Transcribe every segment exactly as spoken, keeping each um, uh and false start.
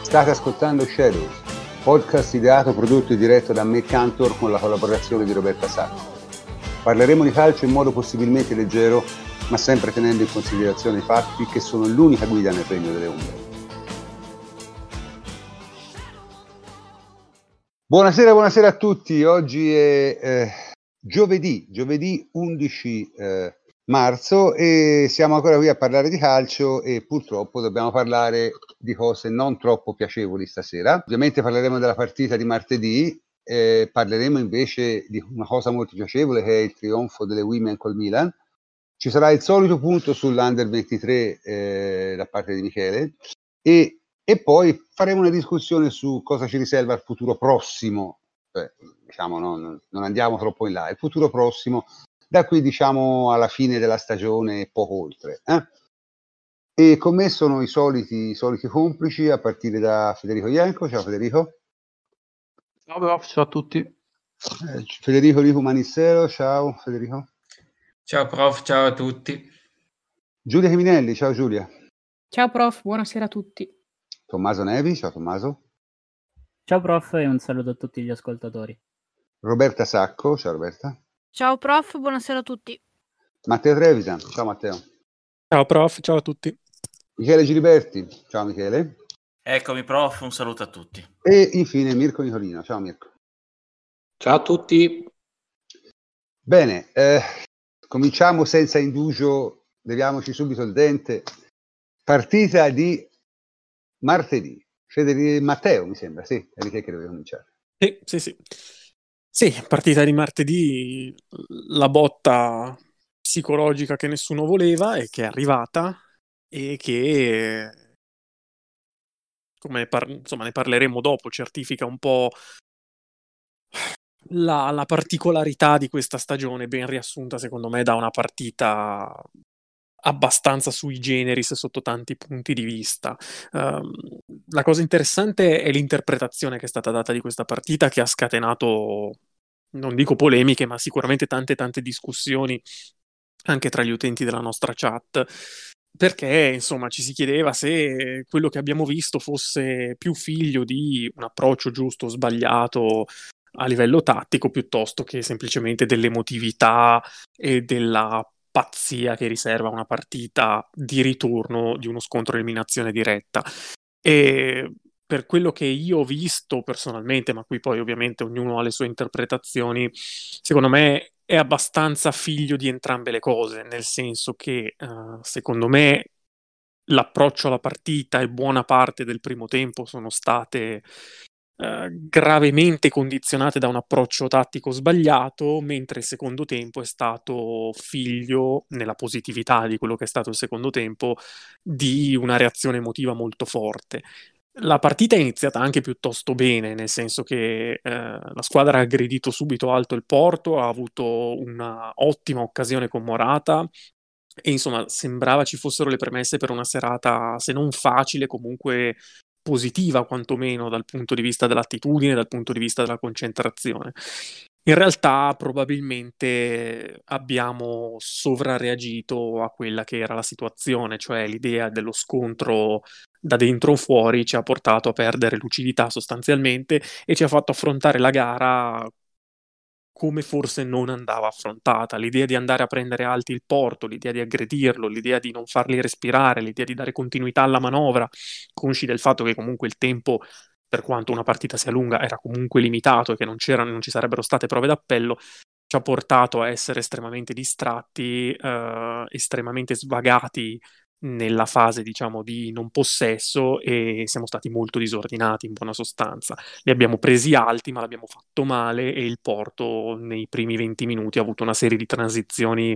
State ascoltando Shadows, podcast ideato, prodotto e diretto da me, Cantor, con la collaborazione di Roberta Sacco. Parleremo di calcio in modo possibilmente leggero, ma sempre tenendo in considerazione i fatti che sono l'unica guida nel regno delle ombre. Buonasera, buonasera a tutti. Oggi è eh, giovedì, giovedì undici eh, marzo e siamo ancora qui a parlare di calcio e purtroppo dobbiamo parlare di cose non troppo piacevoli stasera. Ovviamente parleremo della partita di martedì, eh, parleremo invece di una cosa molto piacevole che è il trionfo delle Women col Milan. Ci sarà il solito punto sull'Under ventitré eh, da parte di Michele e E poi faremo una discussione su cosa ci riserva il futuro prossimo, cioè, diciamo, non, non andiamo troppo in là, il futuro prossimo, da qui diciamo alla fine della stagione e poco oltre. Eh? E con me sono i soliti, i soliti complici, a partire da Federico Ienco. Ciao Federico. Ciao, ciao a tutti. Eh, Federico Rico Manissero, ciao Federico. Ciao prof, ciao a tutti. Giulia Chiminelli, ciao Giulia. Ciao prof, buonasera a tutti. Tommaso Nevi, ciao Tommaso. Ciao prof e un saluto a tutti gli ascoltatori. Roberta Sacco, ciao Roberta. Ciao prof, buonasera a tutti. Matteo Trevisan, ciao Matteo. Ciao prof, ciao a tutti. Michele Giliberti, ciao Michele. Eccomi prof, un saluto a tutti. E infine Mirko Nicolino, ciao Mirko. Ciao a tutti. Bene, eh, cominciamo senza indugio, leviamoci subito il dente. Partita di martedì. Federico Matteo, mi sembra, sì, è di che che deve cominciare. Sì, sì, sì. Sì, partita di martedì, la botta psicologica che nessuno voleva e che è arrivata e che, come par- insomma, ne parleremo dopo, certifica un po' la, la particolarità di questa stagione, ben riassunta secondo me da una partita abbastanza sui generis sotto tanti punti di vista. Um, la cosa interessante è l'interpretazione che è stata data di questa partita, che ha scatenato, non dico polemiche, ma sicuramente tante tante discussioni anche tra gli utenti della nostra chat, perché insomma ci si chiedeva se quello che abbiamo visto fosse più figlio di un approccio giusto o sbagliato a livello tattico, piuttosto che semplicemente dell'emotività e della pazzia che riserva una partita di ritorno di uno scontro eliminazione diretta. E per quello che io ho visto personalmente, ma qui poi ovviamente ognuno ha le sue interpretazioni, secondo me è abbastanza figlio di entrambe le cose, nel senso che uh, secondo me l'approccio alla partita e buona parte del primo tempo sono state Uh, gravemente condizionate da un approccio tattico sbagliato, mentre il secondo tempo è stato figlio, nella positività di quello che è stato il secondo tempo, di una reazione emotiva molto forte. La partita è iniziata anche piuttosto bene, nel senso che uh, la squadra ha aggredito subito alto il Porto, ha avuto una ottima occasione con Morata e insomma sembrava ci fossero le premesse per una serata, se non facile, comunque positiva quantomeno dal punto di vista dell'attitudine, dal punto di vista della concentrazione. In realtà probabilmente abbiamo sovrareagito a quella che era la situazione, cioè l'idea dello scontro da dentro o fuori ci ha portato a perdere lucidità sostanzialmente e ci ha fatto affrontare la gara come forse non andava affrontata. L'idea di andare a prendere alti il Porto, l'idea di aggredirlo, l'idea di non farli respirare, l'idea di dare continuità alla manovra, consci del fatto che comunque il tempo, per quanto una partita sia lunga, era comunque limitato e che non c'erano, non ci sarebbero state prove d'appello, ci ha portato a essere estremamente distratti, eh, estremamente svagati nella fase, diciamo, di non possesso e siamo stati molto disordinati in buona sostanza. Li abbiamo presi alti, ma l'abbiamo fatto male e il Porto nei primi venti minuti ha avuto una serie di transizioni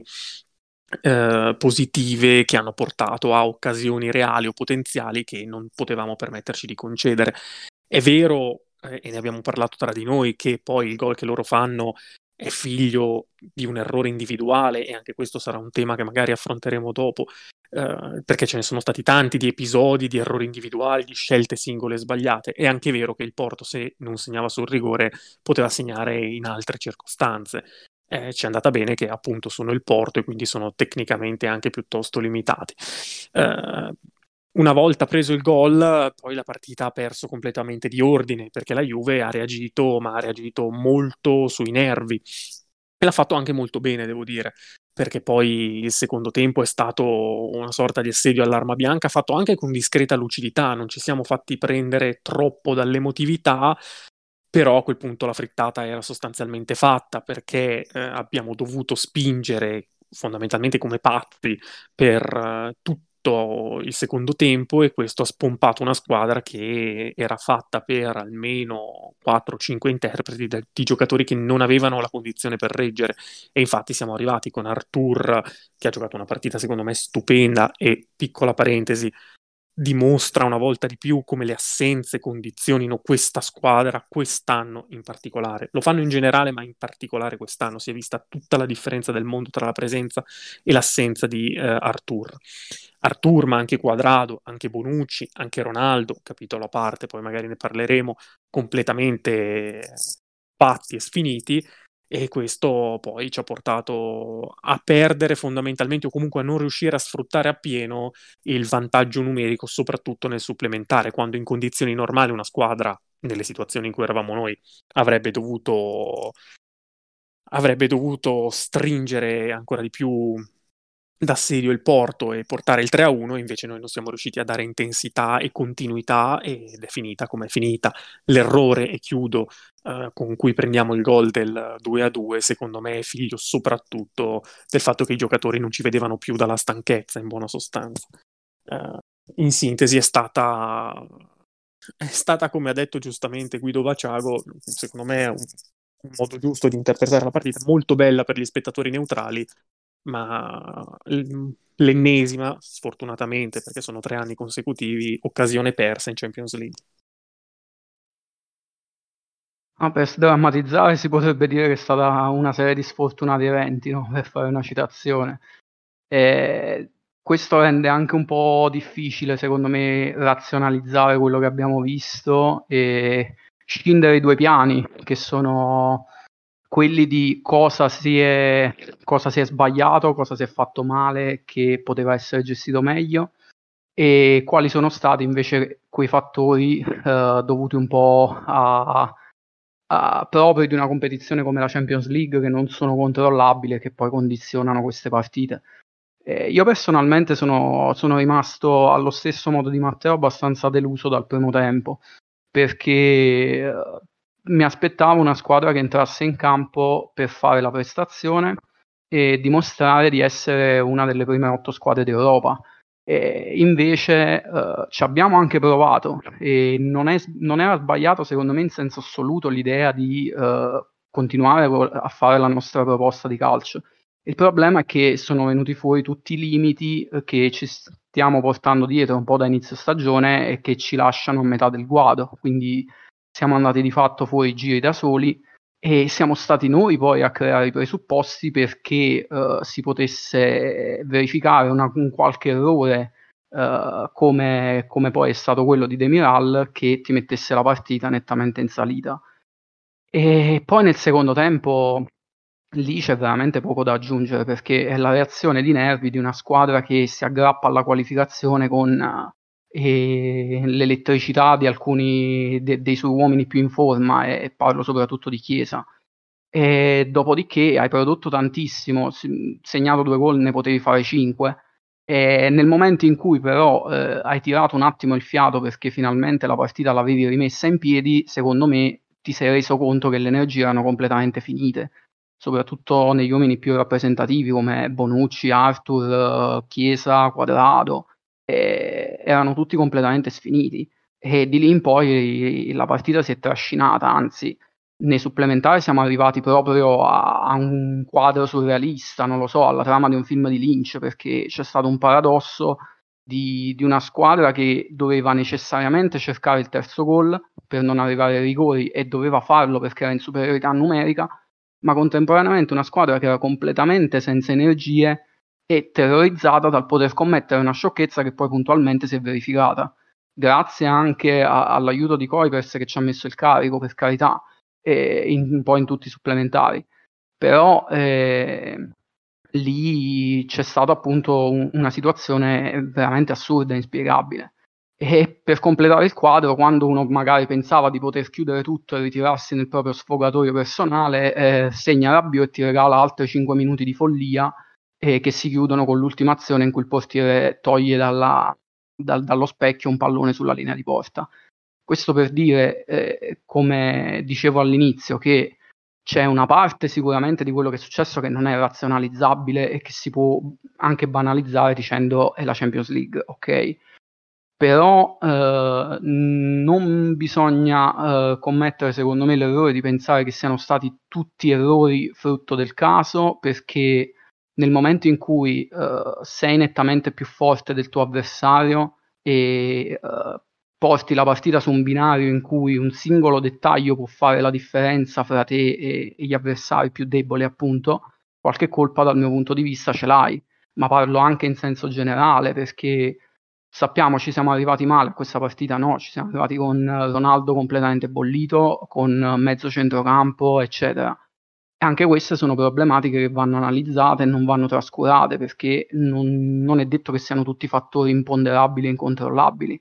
eh, positive che hanno portato a occasioni reali o potenziali che non potevamo permetterci di concedere. È vero, eh, e ne abbiamo parlato tra di noi, che poi il gol che loro fanno è figlio di un errore individuale e anche questo sarà un tema che magari affronteremo dopo, eh, perché ce ne sono stati tanti di episodi, di errori individuali, di scelte singole sbagliate. È anche vero che il Porto, se non segnava sul rigore, poteva segnare in altre circostanze. Eh, ci è andata bene che appunto sono il Porto e quindi sono tecnicamente anche piuttosto limitati. Eh, una volta preso il gol, poi la partita ha perso completamente di ordine, perché la Juve ha reagito, ma ha reagito molto sui nervi. E l'ha fatto anche molto bene, devo dire, perché poi il secondo tempo è stato una sorta di assedio all'arma bianca, fatto anche con discreta lucidità, non ci siamo fatti prendere troppo dall'emotività, però a quel punto la frittata era sostanzialmente fatta, perché eh, abbiamo dovuto spingere fondamentalmente come pazzi per eh, tutto il secondo tempo, e questo ha spompato una squadra che era fatta per almeno quattro cinque interpreti da- di giocatori che non avevano la condizione per reggere, e infatti siamo arrivati con Arthur che ha giocato una partita secondo me stupenda, e piccola parentesi, dimostra una volta di più come le assenze condizionino questa squadra quest'anno in particolare. Lo fanno in generale, ma in particolare quest'anno si è vista tutta la differenza del mondo tra la presenza e l'assenza di eh, Arthur. Arthur, ma anche Quadrado, anche Bonucci, anche Ronaldo, capitolo a parte, poi magari ne parleremo, completamente patti e sfiniti, e questo poi ci ha portato a perdere fondamentalmente, o comunque a non riuscire a sfruttare appieno il vantaggio numerico, soprattutto nel supplementare, quando in condizioni normali una squadra, nelle situazioni in cui eravamo noi, avrebbe dovuto avrebbe dovuto stringere ancora di più d'assedio il Porto e portare il tre a uno, invece noi non siamo riusciti a dare intensità e continuità, ed è finita come è finita. L'errore, e chiudo, eh, con cui prendiamo il gol del due a due, secondo me è figlio soprattutto del fatto che i giocatori non ci vedevano più dalla stanchezza, in buona sostanza. Eh, in sintesi è stata è stata, come ha detto giustamente Guido Vaciago, secondo me è un, un modo giusto di interpretare la partita, molto bella per gli spettatori neutrali, ma l- l'ennesima, sfortunatamente, perché sono tre anni consecutivi, occasione persa in Champions League. Ah, per sdrammatizzare si potrebbe dire che è stata una serie di sfortunati eventi, no? Per fare una citazione. E questo rende anche un po' difficile, secondo me, razionalizzare quello che abbiamo visto e scindere i due piani, che sono quelli di cosa si è, cosa si è sbagliato, cosa si è fatto male, che poteva essere gestito meglio, e quali sono stati invece quei fattori eh, dovuti un po' a, a proprio di una competizione come la Champions League, che non sono controllabili e che poi condizionano queste partite. Eh, io personalmente sono, sono rimasto allo stesso modo di Matteo, abbastanza deluso dal primo tempo, perché eh, mi aspettavo una squadra che entrasse in campo per fare la prestazione e dimostrare di essere una delle prime otto squadre d'Europa. E invece eh, ci abbiamo anche provato, e non, è, non era sbagliato secondo me in senso assoluto l'idea di eh, continuare a fare la nostra proposta di calcio. Il problema è che sono venuti fuori tutti i limiti eh, che ci stiamo portando dietro un po' da inizio stagione e che ci lasciano a metà del guado, quindi siamo andati di fatto fuori giri da soli, e siamo stati noi poi a creare i presupposti perché eh, si potesse verificare una, un qualche errore eh, come, come poi è stato quello di Demiral, che ti mettesse la partita nettamente in salita. E poi nel secondo tempo lì c'è veramente poco da aggiungere, perché è la reazione di nervi di una squadra che si aggrappa alla qualificazione con eh, l'elettricità di alcuni de- dei suoi uomini più in forma, e, e parlo soprattutto di Chiesa. E dopodiché hai prodotto tantissimo, s- segnato due gol, ne potevi fare cinque. E nel momento in cui però eh, hai tirato un attimo il fiato perché finalmente la partita l'avevi rimessa in piedi, secondo me ti sei reso conto che le energie erano completamente finite, soprattutto negli uomini più rappresentativi come Bonucci, Arthur, eh, Chiesa, Quadrado, e erano tutti completamente sfiniti, e di lì in poi la partita si è trascinata, anzi nei supplementari siamo arrivati proprio a, a un quadro surrealista, non lo so, alla trama di un film di Lynch, perché c'è stato un paradosso di, di una squadra che doveva necessariamente cercare il terzo gol per non arrivare ai rigori, e doveva farlo perché era in superiorità numerica, ma contemporaneamente una squadra che era completamente senza energie e terrorizzata dal poter commettere una sciocchezza che poi puntualmente si è verificata. Grazie anche a, all'aiuto di Kuipers, che ci ha messo il carico, per carità, e in, un po' in tutti i supplementari. Però eh, lì c'è stata appunto un- una situazione veramente assurda e inspiegabile. E per completare il quadro, quando uno magari pensava di poter chiudere tutto e ritirarsi nel proprio sfogatoio personale, eh, segna Rabiot e ti regala altri cinque minuti di follia, eh, che si chiudono con l'ultima azione in cui il portiere toglie dalla- dal- dallo specchio un pallone sulla linea di porta. Questo per dire, eh, come dicevo all'inizio, che c'è una parte sicuramente di quello che è successo che non è razionalizzabile e che si può anche banalizzare dicendo è la Champions League, ok? Però eh, non bisogna eh, commettere, secondo me, l'errore di pensare che siano stati tutti errori frutto del caso, perché nel momento in cui eh, sei nettamente più forte del tuo avversario e eh, porti la partita su un binario in cui un singolo dettaglio può fare la differenza fra te e, e gli avversari più deboli, appunto, qualche colpa dal mio punto di vista ce l'hai, ma parlo anche in senso generale, perché sappiamo ci siamo arrivati male a questa partita, no, ci siamo arrivati con Ronaldo completamente bollito, con mezzo centrocampo, eccetera. E anche queste sono problematiche che vanno analizzate e non vanno trascurate, perché non, non è detto che siano tutti fattori imponderabili e incontrollabili.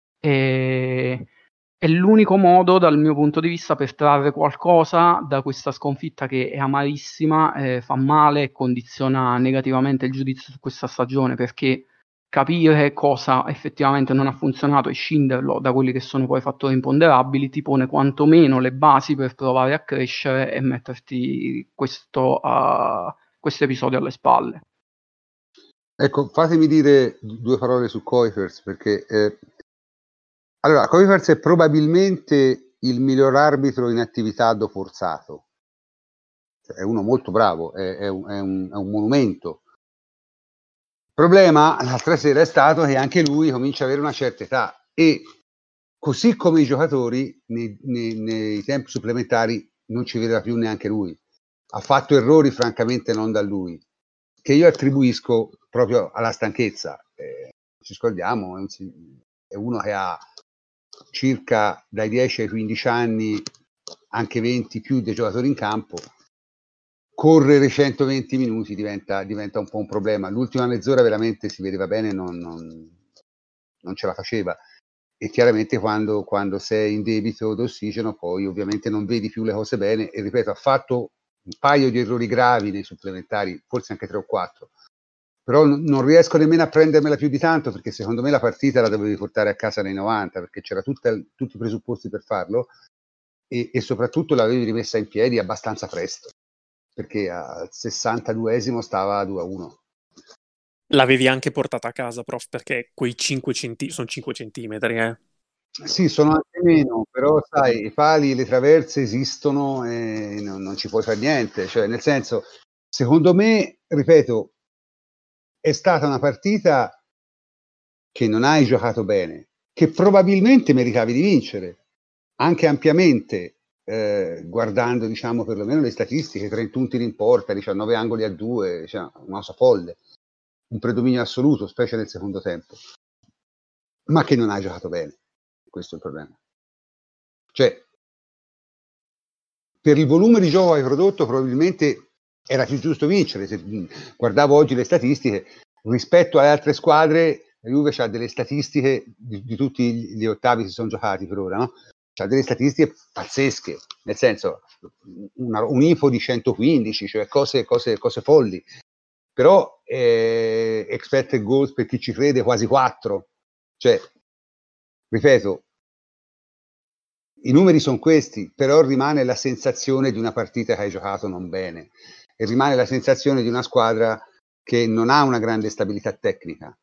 E è l'unico modo, dal mio punto di vista, per trarre qualcosa da questa sconfitta che è amarissima, eh, fa male e condiziona negativamente il giudizio su questa stagione, perché capire cosa effettivamente non ha funzionato e scinderlo da quelli che sono poi fattori imponderabili ti pone quantomeno le basi per provare a crescere e metterti questo, uh, questo episodio alle spalle. Ecco, fatemi dire due parole su Koifers, perché eh, allora, Koifers è probabilmente il miglior arbitro in attività a do forzato. Cioè, è uno molto bravo, è, è, un, è, un, è un monumento. Il problema l'altra sera è stato che anche lui comincia ad avere una certa età e così come i giocatori nei, nei, nei tempi supplementari non ci vedeva più neanche lui. Ha fatto errori francamente non da lui, che io attribuisco proprio alla stanchezza. Eh, ci scordiamo, è uno che ha circa dai dieci ai quindici anni, anche venti più dei giocatori in campo. Correre centoventi minuti diventa, diventa un po' un problema. L'ultima mezz'ora veramente si vedeva bene, non, non, non ce la faceva. E chiaramente quando, quando sei in debito d'ossigeno poi ovviamente non vedi più le cose bene. E ripeto, ha fatto un paio di errori gravi nei supplementari, forse anche tre o quattro. Però n- non riesco nemmeno a prendermela più di tanto, perché secondo me la partita la dovevi portare a casa nei novanta, perché c'era tutta, tutti i presupposti per farlo e, e soprattutto l'avevi rimessa in piedi abbastanza presto, perché al sessantaduesimo stava a due a uno. L'avevi anche portata a casa, prof, perché quei cinque centi- sono cinque centimetri, eh. Sì, sono anche meno, però sai, i pali e le traverse esistono e non, non ci puoi fare niente. Cioè, nel senso, secondo me, ripeto, è stata una partita che non hai giocato bene, che probabilmente meritavi di vincere, anche ampiamente, eh, guardando, diciamo, perlomeno le statistiche, trentuno tiri in porta, diciannove angoli a due, cioè, una cosa folle, un predominio assoluto, specie nel secondo tempo, ma che non hai giocato bene. Questo è il problema. Cioè, per il volume di gioco che hai prodotto probabilmente era più giusto vincere. Se guardavo oggi le statistiche, rispetto alle altre squadre, la Juve ha delle statistiche di, di tutti gli ottavi che si sono giocati per ora, no? C'ha delle statistiche pazzesche, nel senso una, un I F O di centoquindici, cioè cose, cose, cose folli. Però eh, expected goals per chi ci crede quasi quattro. Cioè, ripeto, i numeri sono questi, però rimane la sensazione di una partita che hai giocato non bene e rimane la sensazione di una squadra che non ha una grande stabilità tecnica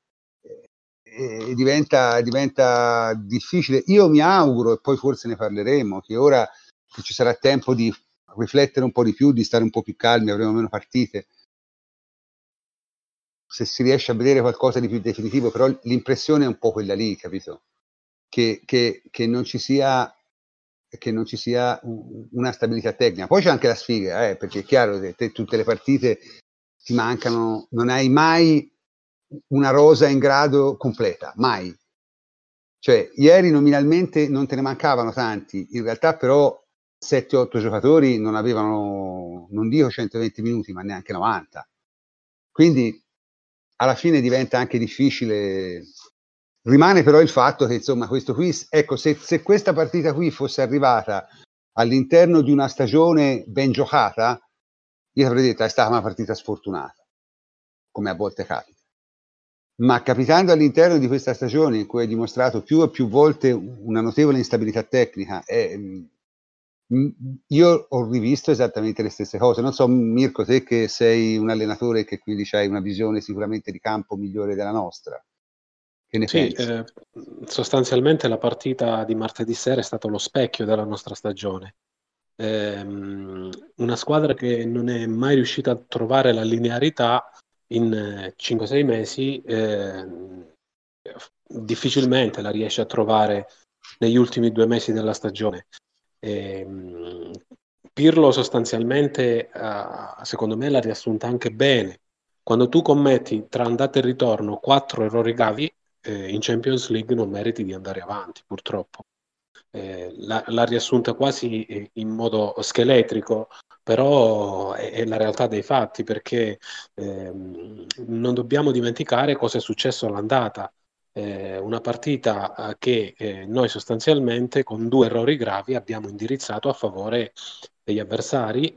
e diventa, diventa difficile. Io mi auguro, e poi forse ne parleremo, che ora che ci sarà tempo di riflettere un po' di più, di stare un po' più calmi, avremo meno partite, se si riesce a vedere qualcosa di più definitivo, però l'impressione è un po' quella lì, capito? Che, che, che non ci sia che non ci sia un, una stabilità tecnica. Poi c'è anche la sfiga, eh, perché è chiaro che te, tutte le partite ti mancano, non hai mai una rosa in grado completa, mai. Cioè, ieri nominalmente non te ne mancavano tanti, in realtà però sette otto giocatori non avevano, non dico centoventi minuti, ma neanche novanta. quindi alla fine diventa anche difficile. Rimane però il fatto che insomma questo qui, ecco, se, se questa partita qui fosse arrivata all'interno di una stagione ben giocata, io avrei detto è stata una partita sfortunata, come a volte capita. Ma capitando all'interno di questa stagione in cui hai dimostrato più e più volte una notevole instabilità tecnica, eh, io ho rivisto esattamente le stesse cose. Non so, Mirko, te che sei un allenatore che quindi hai una visione sicuramente di campo migliore della nostra, che ne Sì, pensi? eh, sostanzialmente la partita di martedì sera è stato lo specchio della nostra stagione. Ehm, una squadra che non è mai riuscita a trovare la linearità in eh, cinque sei mesi, eh, difficilmente la riesce a trovare negli ultimi due mesi della stagione. Ehm, Pirlo sostanzialmente, eh, secondo me, l'ha riassunta anche bene. Quando tu commetti tra andata e ritorno quattro errori gravi, eh, in Champions League non meriti di andare avanti, purtroppo. Eh, l'ha, l'ha riassunta quasi eh, in modo scheletrico, però è, è la realtà dei fatti, perché ehm, non dobbiamo dimenticare cosa è successo all'andata. Eh, una partita eh, che eh, noi sostanzialmente con due errori gravi abbiamo indirizzato a favore degli avversari,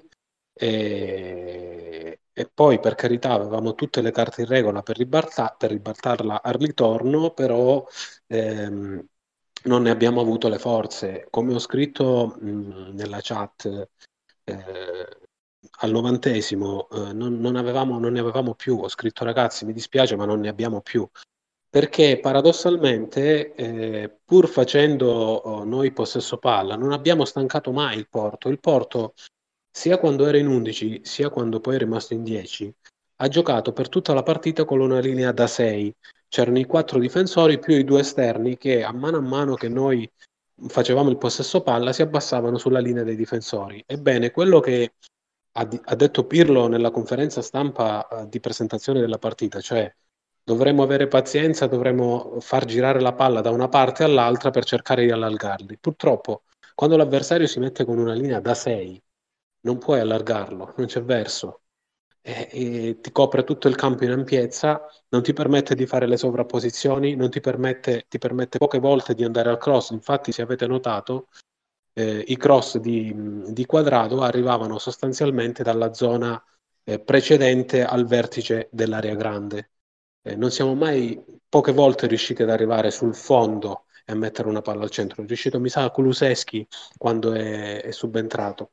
e, e poi per carità avevamo tutte le carte in regola per, ribalta- per ribaltarla al ritorno, però ehm, non ne abbiamo avuto le forze. Come ho scritto mh, nella chat, eh, al novantesimo eh, non, non avevamo, non ne avevamo più. Ho scritto ragazzi, mi dispiace, ma non ne abbiamo più. Perché paradossalmente, eh, pur facendo oh, noi possesso palla, non abbiamo stancato mai il Porto. Il Porto, sia quando era in undici, sia quando poi è rimasto in dieci, ha giocato per tutta la partita con una linea da sei. C'erano i quattro difensori più i due esterni che a mano a mano che noi facevamo il possesso palla si abbassavano sulla linea dei difensori. Ebbene, quello che ha, di- ha detto Pirlo nella conferenza stampa eh, di presentazione della partita, cioè dovremmo avere pazienza, dovremmo far girare la palla da una parte all'altra per cercare di allargarli. Purtroppo, quando l'avversario si mette con una linea da sei, non puoi allargarlo, non c'è verso. E, e ti copre tutto il campo in ampiezza, non ti permette di fare le sovrapposizioni, non ti permette, ti permette poche volte di andare al cross. Infatti, se avete notato, eh, i cross di, di Quadrado arrivavano sostanzialmente dalla zona eh, precedente al vertice dell'area grande. Eh, non siamo mai poche volte riusciti ad arrivare sul fondo e a mettere una palla al centro. È riuscito, mi sa, Kulusevski quando è, è subentrato.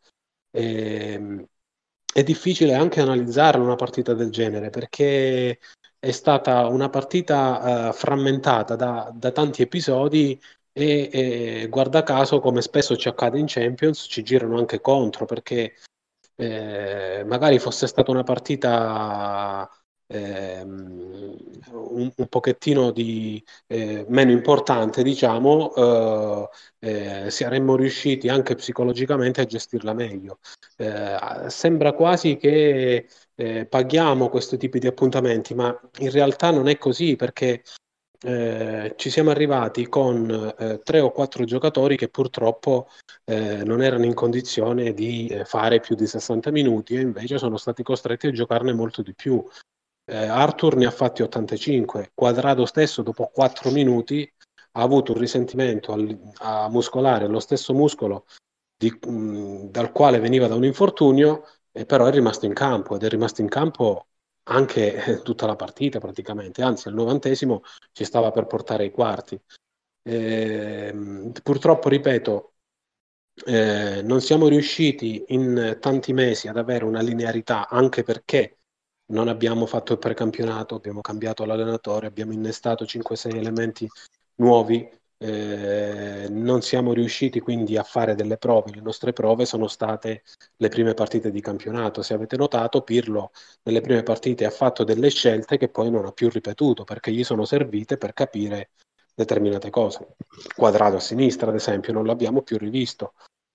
E, è difficile anche analizzare una partita del genere, perché è stata una partita uh, frammentata da, da tanti episodi e, e guarda caso, come spesso ci accade in Champions, ci girano anche contro, perché eh, magari fosse stata una partita ehm, un, un pochettino di, eh, meno importante, diciamo, eh, eh, saremmo riusciti anche psicologicamente a gestirla meglio. Eh, sembra quasi che eh, paghiamo questo tipo di appuntamenti, ma in realtà non è così, perché eh, ci siamo arrivati con eh, tre o quattro giocatori che purtroppo eh, non erano in condizione di eh, fare più di sessanta minuti e invece sono stati costretti a giocarne molto di più. Eh, Arthur ne ha fatti ottantacinque, Quadrado stesso dopo quattro minuti ha avuto un risentimento al, a muscolare allo stesso muscolo di, mh, dal quale veniva da un infortunio, e però è rimasto in campo ed è rimasto in campo anche eh, tutta la partita praticamente, anzi al novantesimo ci stava per portare ai quarti. Eh, purtroppo, ripeto, eh, non siamo riusciti in tanti mesi ad avere una linearità, anche perché non abbiamo fatto il precampionato, abbiamo cambiato l'allenatore, abbiamo innestato cinque sei elementi nuovi, eh, non siamo riusciti quindi a fare delle prove. Le nostre prove sono state le prime partite di campionato. Se avete notato, Pirlo nelle prime partite ha fatto delle scelte che poi non ha più ripetuto, perché gli sono servite per capire determinate cose. Quadrado a sinistra, ad esempio, non l'abbiamo più rivisto.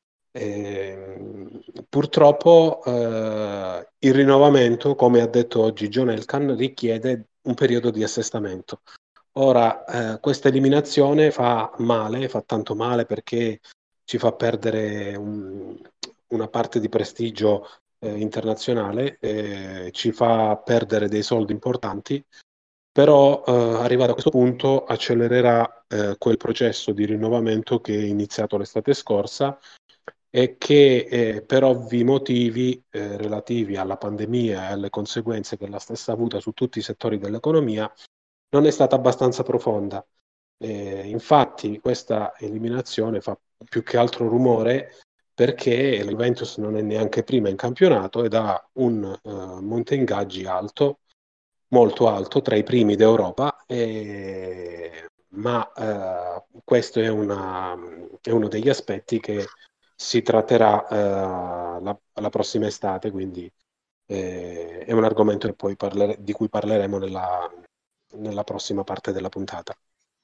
Eh, purtroppo eh, il rinnovamento, come ha detto oggi John Elkann, richiede un periodo di assestamento. Ora, eh, questa eliminazione fa male, fa tanto male, perché ci fa perdere un, una parte di prestigio eh, internazionale, eh, ci fa perdere dei soldi importanti, però eh, arrivato a questo punto accelererà eh, quel processo di rinnovamento che è iniziato l'estate scorsa e che eh, per ovvi motivi eh, relativi alla pandemia e alle conseguenze che la stessa ha avuta su tutti i settori dell'economia non è stata abbastanza profonda. Eh, infatti questa eliminazione fa più che altro rumore perché la Juventus non è neanche prima in campionato ed ha un uh, monte ingaggi alto, molto alto, tra i primi d'Europa, e... ma uh, questo è, una, è uno degli aspetti che si tratterà uh, la, la prossima estate, quindi eh, è un argomento che poi parlere, di cui parleremo nella, nella prossima parte della puntata.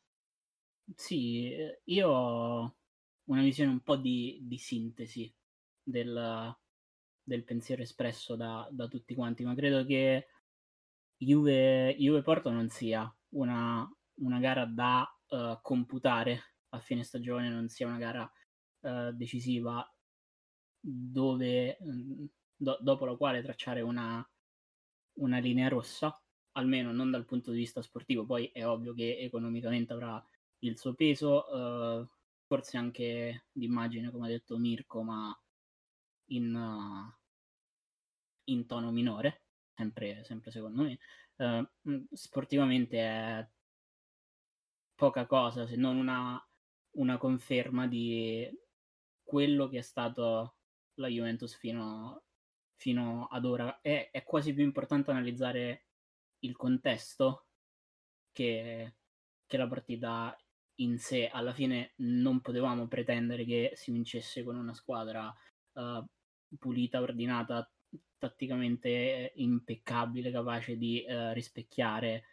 Sì, eh, io ho una visione un po' di, di sintesi del, del pensiero espresso da, da tutti quanti, ma credo che Juve, Juve Porto non sia una, una gara da uh, computare a fine stagione, non sia una gara uh, decisiva dove mh, do, dopo la quale tracciare una, una linea rossa, almeno non dal punto di vista sportivo. Poi è ovvio che economicamente avrà il suo peso, uh, forse anche d'immagine, come ha detto Mirko, ma in, uh, in tono minore, sempre, sempre secondo me. Uh, sportivamente è poca cosa, se non una, una conferma di quello che è stato la Juventus fino, fino ad ora. È, è quasi più importante analizzare il contesto che, che la partita in sé. Alla fine non potevamo pretendere che si vincesse con una squadra uh, pulita, ordinata, tatticamente impeccabile, capace di uh, rispecchiare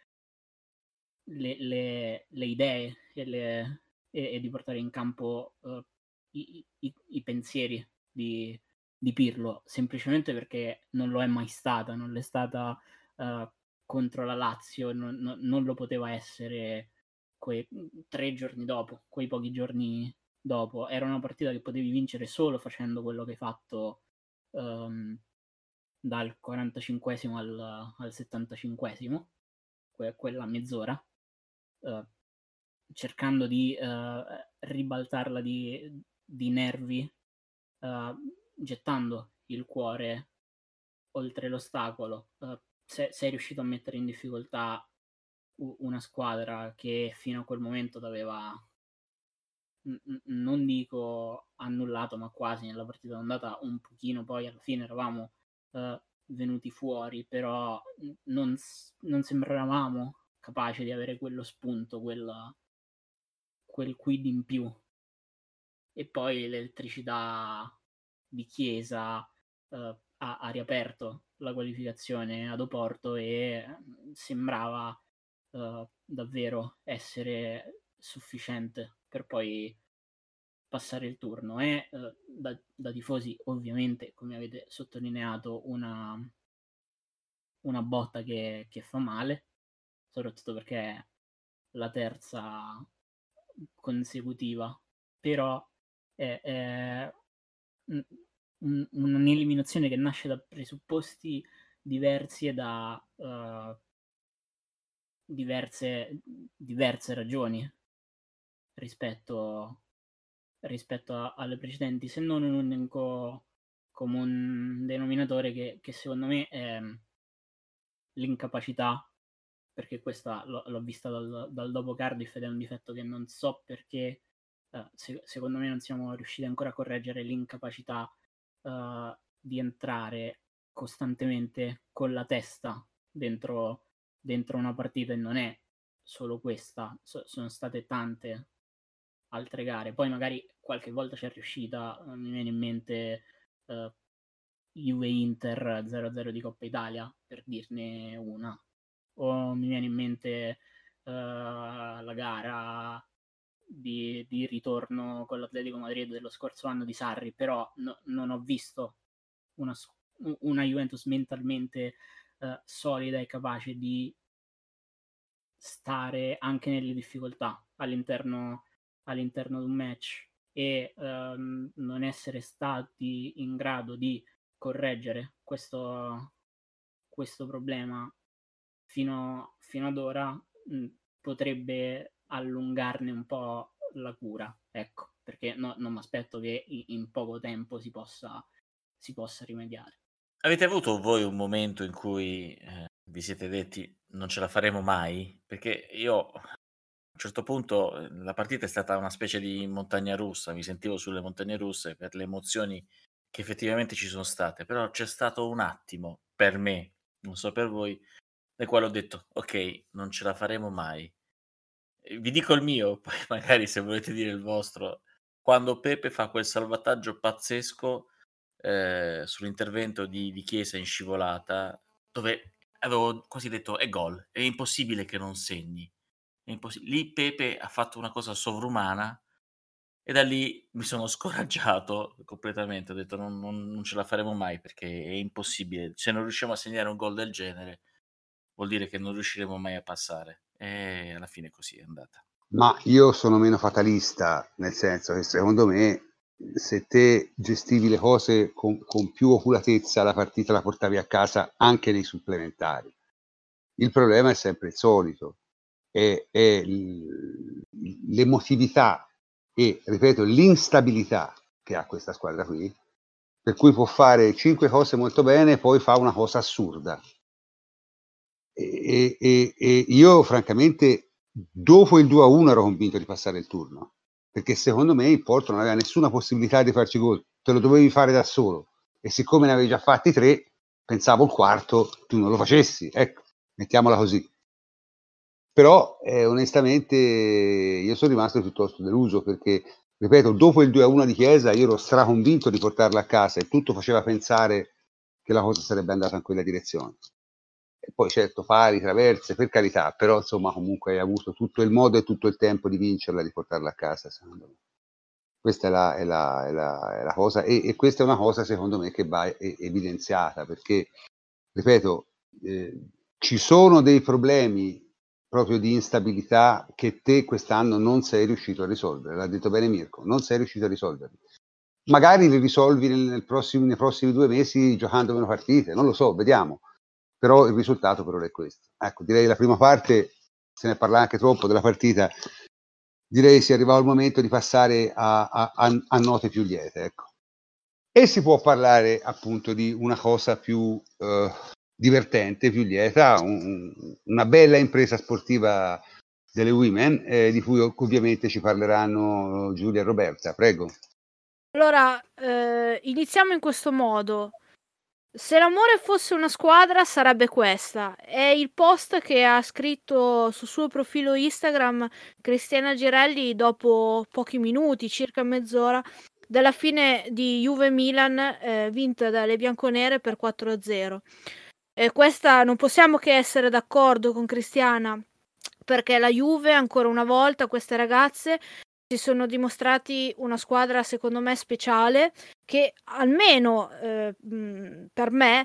le, le, le idee e, le, e, e di portare in campo uh, i, i, i pensieri di, di Pirlo, semplicemente perché non lo è mai stata, non l'è stata uh, contro la Lazio, non, non, non lo poteva essere quei tre giorni dopo, quei pochi giorni dopo. Era una partita che potevi vincere solo facendo quello che hai fatto um, dal quarantacinquesimo al, al settantacinquesimo, que- quella mezz'ora, uh, cercando di uh, ribaltarla di, di nervi, uh, gettando il cuore oltre l'ostacolo. Uh, se, sei riuscito a mettere in difficoltà u- una squadra che fino a quel momento aveva, n- non dico annullato, ma quasi nella partita andata un pochino, poi alla fine eravamo uh, venuti fuori, però non, non sembravamo capaci di avere quello spunto, quella, quel quid in più. E poi l'elettricità di Chiesa uh, ha, ha riaperto la qualificazione ad Oporto e sembrava uh, davvero essere sufficiente per poi passare il turno. È uh, da, da tifosi ovviamente, come avete sottolineato, una, una botta che, che fa male, soprattutto perché è la terza consecutiva, però è, è un, un'eliminazione che nasce da presupposti diversi e da uh, diverse, diverse ragioni rispetto, rispetto a, alle precedenti, se non un unico comune denominatore che, che secondo me è l'incapacità, perché questa l'ho, l'ho vista dal, dal dopo Cardiff ed è un difetto che non so perché uh, se, secondo me non siamo riusciti ancora a correggere, l'incapacità uh, di entrare costantemente con la testa dentro, dentro una partita, e non è solo questa, so, sono state tante altre gare, poi magari qualche volta c'è riuscita, mi viene in mente uh, Juve-Inter zero a zero di Coppa Italia, per dirne una, o mi viene in mente uh, la gara di, di ritorno con l'Atletico Madrid dello scorso anno di Sarri, però no, non ho visto una, una Juventus mentalmente uh, solida e capace di stare anche nelle difficoltà all'interno, all'interno di un match, e um, non essere stati in grado di correggere questo, questo problema fino, fino ad ora, mh, potrebbe allungarne un po' la cura, ecco, perché no, non mi aspetto che in, in poco tempo si possa, si possa rimediare. Avete avuto voi un momento in cui eh, vi siete detti non ce la faremo mai? Perché io a un certo punto eh, la partita è stata una specie di montagna russa, mi sentivo sulle montagne russe per le emozioni che effettivamente ci sono state, però c'è stato un attimo per me, non so per voi, nel quale ho detto ok, non ce la faremo mai. E vi dico il mio, poi magari se volete dire il vostro, quando Pepe fa quel salvataggio pazzesco eh, sull'intervento di, di Chiesa in scivolata, dove avevo quasi detto è gol, è impossibile che non segni. È impossi- lì Pepe ha fatto una cosa sovrumana e da lì mi sono scoraggiato completamente, ho detto non, non- non ce la faremo mai perché è impossibile, se non riusciamo a segnare un gol del genere vuol dire che non riusciremo mai a passare e alla fine così è andata. Ma io sono meno fatalista, nel senso che secondo me se te gestivi le cose con, con più oculatezza la partita la portavi a casa anche nei supplementari. Il problema è sempre il solito, è, è l- l'emotività e, ripeto, l'instabilità che ha questa squadra qui, per cui può fare cinque cose molto bene e poi fa una cosa assurda. E, e, e io francamente dopo il due a uno ero convinto di passare il turno, perché secondo me il Porto non aveva nessuna possibilità di farci gol, te lo dovevi fare da solo e siccome ne avevi già fatti tre, pensavo il quarto tu non lo facessi, ecco, mettiamola così. Però eh, onestamente io sono rimasto piuttosto deluso perché, ripeto, dopo il due a uno di Chiesa io ero straconvinto di portarla a casa e tutto faceva pensare che la cosa sarebbe andata in quella direzione. E poi certo pari, traverse, per carità, però insomma comunque hai avuto tutto il modo e tutto il tempo di vincerla, di portarla a casa, secondo me. Questa è la, è la, è la, è la cosa e, e questa è una cosa secondo me che va e- evidenziata perché, ripeto, eh, ci sono dei problemi proprio di instabilità che te quest'anno non sei riuscito a risolvere, l'ha detto bene Mirko, non sei riuscito a risolverli. Magari li risolvi nel, nel prossimo, nei prossimi due mesi giocando meno partite, non lo so, vediamo. Però il risultato per ora è questo. Ecco, direi la prima parte, se ne parla anche troppo della partita, direi sia arrivato il momento di passare a, a, a, a note più liete. Ecco. E si può parlare appunto di una cosa più eh, divertente, più lieta, un, una bella impresa sportiva delle women, eh, di cui ovviamente ci parleranno Giulia e Roberta. Prego. Allora, eh, iniziamo in questo modo. Se l'amore fosse una squadra sarebbe questa. È il post che ha scritto sul suo profilo Instagram Cristiana Girelli dopo pochi minuti, circa mezz'ora, dalla fine di Juve-Milan eh, vinta dalle bianconere per quattro a zero. E questa non possiamo che essere d'accordo con Cristiana, perché la Juve, ancora una volta, queste ragazze si sono dimostrati una squadra secondo me speciale che almeno eh, mh, per me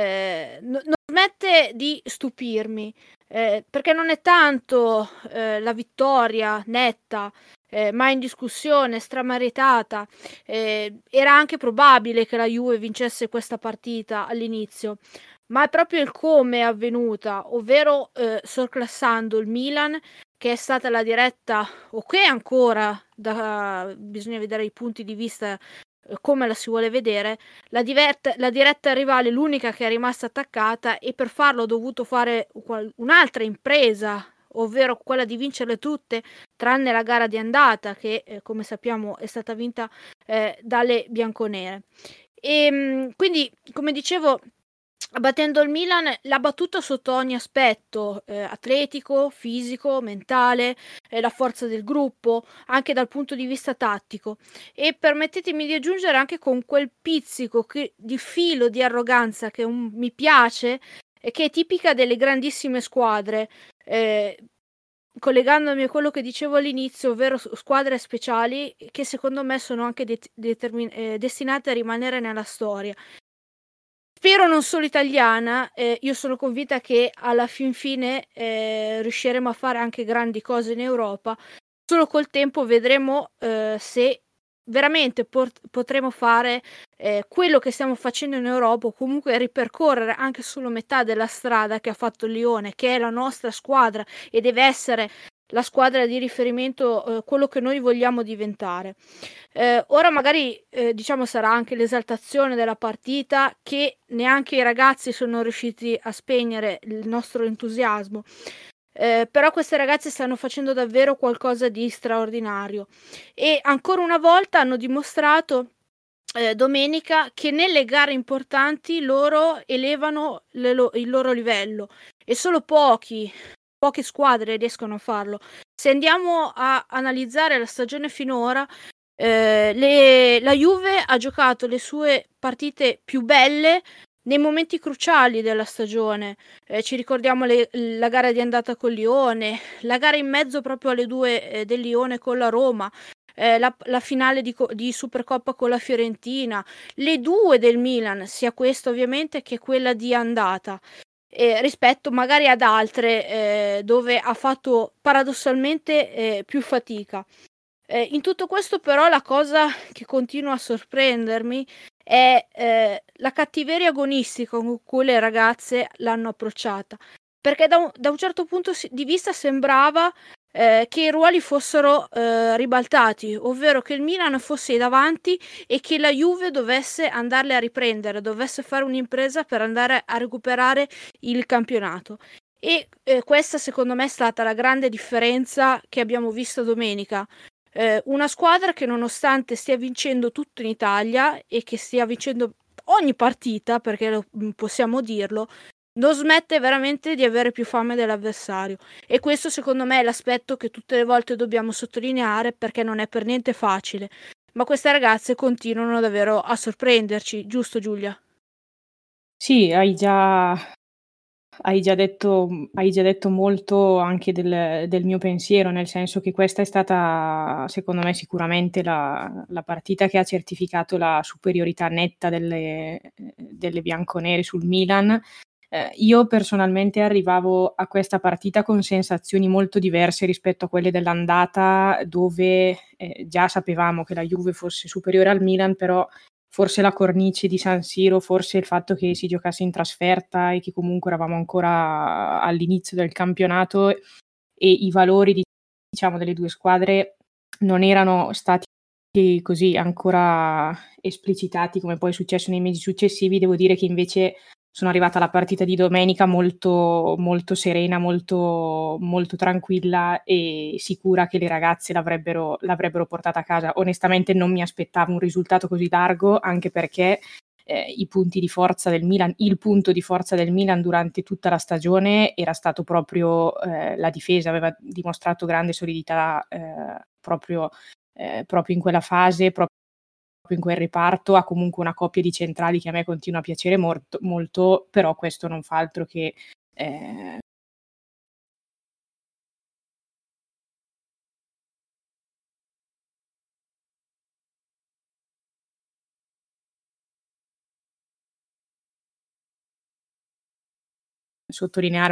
eh, no- non smette di stupirmi eh, perché non è tanto eh, la vittoria netta eh, mai in discussione, stramaritata. Eh, era anche probabile che la Juve vincesse questa partita all'inizio, ma è proprio il come è avvenuta, ovvero eh, sorclassando il Milan, che è stata la diretta, o che ancora, da, bisogna vedere i punti di vista eh, come la si vuole vedere, la, divert- la diretta rivale, l'unica che è rimasta attaccata, e per farlo ha dovuto fare qual- un'altra impresa, ovvero quella di vincerle tutte, tranne la gara di andata, che eh, come sappiamo è stata vinta eh, dalle bianconere. E mh, quindi, come dicevo, battendo il Milan l'ha battuta sotto ogni aspetto, eh, atletico, fisico, mentale, eh, la forza del gruppo, anche dal punto di vista tattico. E permettetemi di aggiungere anche con quel pizzico che, di filo di arroganza che un, mi piace e che è tipica delle grandissime squadre. Eh, collegandomi a quello che dicevo all'inizio, ovvero squadre speciali che secondo me sono anche de- determin- eh, destinate a rimanere nella storia. Spero non solo italiana, eh, io sono convinta che alla fin fine eh, riusciremo a fare anche grandi cose in Europa. Solo col tempo vedremo eh, se veramente port- potremo fare eh, quello che stiamo facendo in Europa, o comunque ripercorrere anche solo metà della strada che ha fatto il Lione, che è la nostra squadra e deve essere la squadra di riferimento, eh, quello che noi vogliamo diventare. Eh, ora magari eh, diciamo sarà anche l'esaltazione della partita che neanche i ragazzi sono riusciti a spegnere il nostro entusiasmo. Eh, però queste ragazze stanno facendo davvero qualcosa di straordinario e ancora una volta hanno dimostrato eh, domenica che nelle gare importanti loro elevano le lo- il loro livello e solo pochi, poche squadre riescono a farlo. Se andiamo a analizzare la stagione finora, eh, le- la Juve ha giocato le sue partite più belle nei momenti cruciali della stagione. Eh, ci ricordiamo le- la gara di andata con Lione, la gara in mezzo proprio alle due eh, del Lione con la Roma, eh, la, la finale di, co- di Supercoppa con la Fiorentina, le due del Milan, sia questa ovviamente che quella di andata. Eh, rispetto magari ad altre eh, dove ha fatto paradossalmente eh, più fatica. Eh, in tutto questo però la cosa che continua a sorprendermi è eh, la cattiveria agonistica con cui le ragazze l'hanno approcciata, perché da un, da un certo punto si- di vista sembrava eh, che i ruoli fossero eh, ribaltati, ovvero che il Milan fosse davanti e che la Juve dovesse andarle a riprendere, dovesse fare un'impresa per andare a recuperare il campionato. E eh, questa secondo me è stata la grande differenza che abbiamo visto domenica. Eh, una squadra che nonostante stia vincendo tutto in Italia e che stia vincendo ogni partita, perché lo, possiamo dirlo, non smette veramente di avere più fame dell'avversario. E questo secondo me è l'aspetto che tutte le volte dobbiamo sottolineare, perché non è per niente facile. Ma queste ragazze continuano davvero a sorprenderci, giusto Giulia? Sì, hai già, hai già detto, hai già detto molto anche del, del mio pensiero, nel senso che questa è stata, secondo me, sicuramente la, la partita che ha certificato la superiorità netta delle, delle bianconere sul Milan. Eh, io personalmente arrivavo a questa partita con sensazioni molto diverse rispetto a quelle dell'andata, dove eh, già sapevamo che la Juve fosse superiore al Milan, però forse la cornice di San Siro, forse il fatto che si giocasse in trasferta e che comunque eravamo ancora all'inizio del campionato e i valori, diciamo, delle due squadre non erano stati così ancora esplicitati come poi è successo nei mesi successivi. Devo dire che invece sono arrivata alla partita di domenica molto, molto serena, molto, molto tranquilla e sicura che le ragazze l'avrebbero, l'avrebbero portata a casa. Onestamente non mi aspettavo un risultato così largo, anche perché eh, i punti di forza del Milan, il punto di forza del Milan durante tutta la stagione era stato proprio eh, la difesa, aveva dimostrato grande solidità eh, proprio, eh, proprio in quella fase, proprio in quel reparto. Ha comunque una coppia di centrali che a me continua a piacere molto, molto però questo non fa altro che eh, sottolineare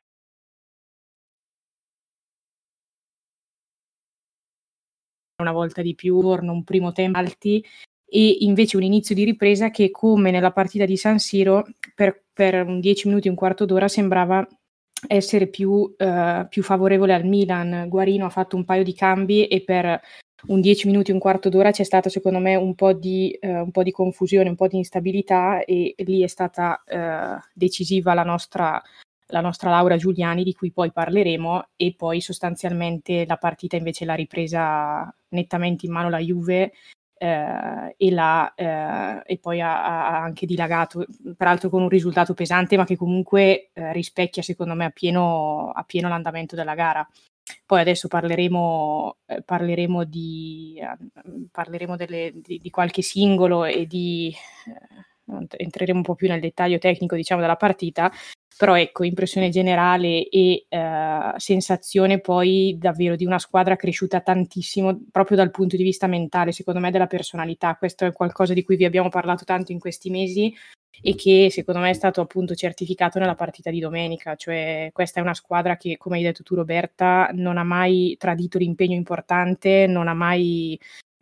una volta di più torno un primo tempo alti e invece un inizio di ripresa che, come nella partita di San Siro, per, per un dieci minuti, un quarto d'ora sembrava essere più, eh, più favorevole al Milan. Guarino ha fatto un paio di cambi e per un dieci minuti, un quarto d'ora c'è stata secondo me un po' di, eh, un po' di confusione, un po' di instabilità e, e lì è stata eh, decisiva la nostra la nostra Laura Giuliani, di cui poi parleremo, e poi sostanzialmente la partita invece l'ha ripresa nettamente in mano la Juve eh, e, la, eh, e poi ha, ha anche dilagato, peraltro con un risultato pesante, ma che comunque eh, rispecchia secondo me a pieno, a pieno l'andamento della gara. Poi adesso parleremo, eh, parleremo, di, eh, parleremo delle, di, di qualche singolo e di... Eh, entreremo un po' più nel dettaglio tecnico, diciamo, della partita, però ecco, impressione generale e eh, sensazione poi davvero di una squadra cresciuta tantissimo proprio dal punto di vista mentale, secondo me, della personalità. Questo è qualcosa di cui vi abbiamo parlato tanto in questi mesi e che secondo me è stato appunto certificato nella partita di domenica. Cioè, questa è una squadra che, come hai detto tu Roberta, non ha mai tradito l'impegno importante, non ha mai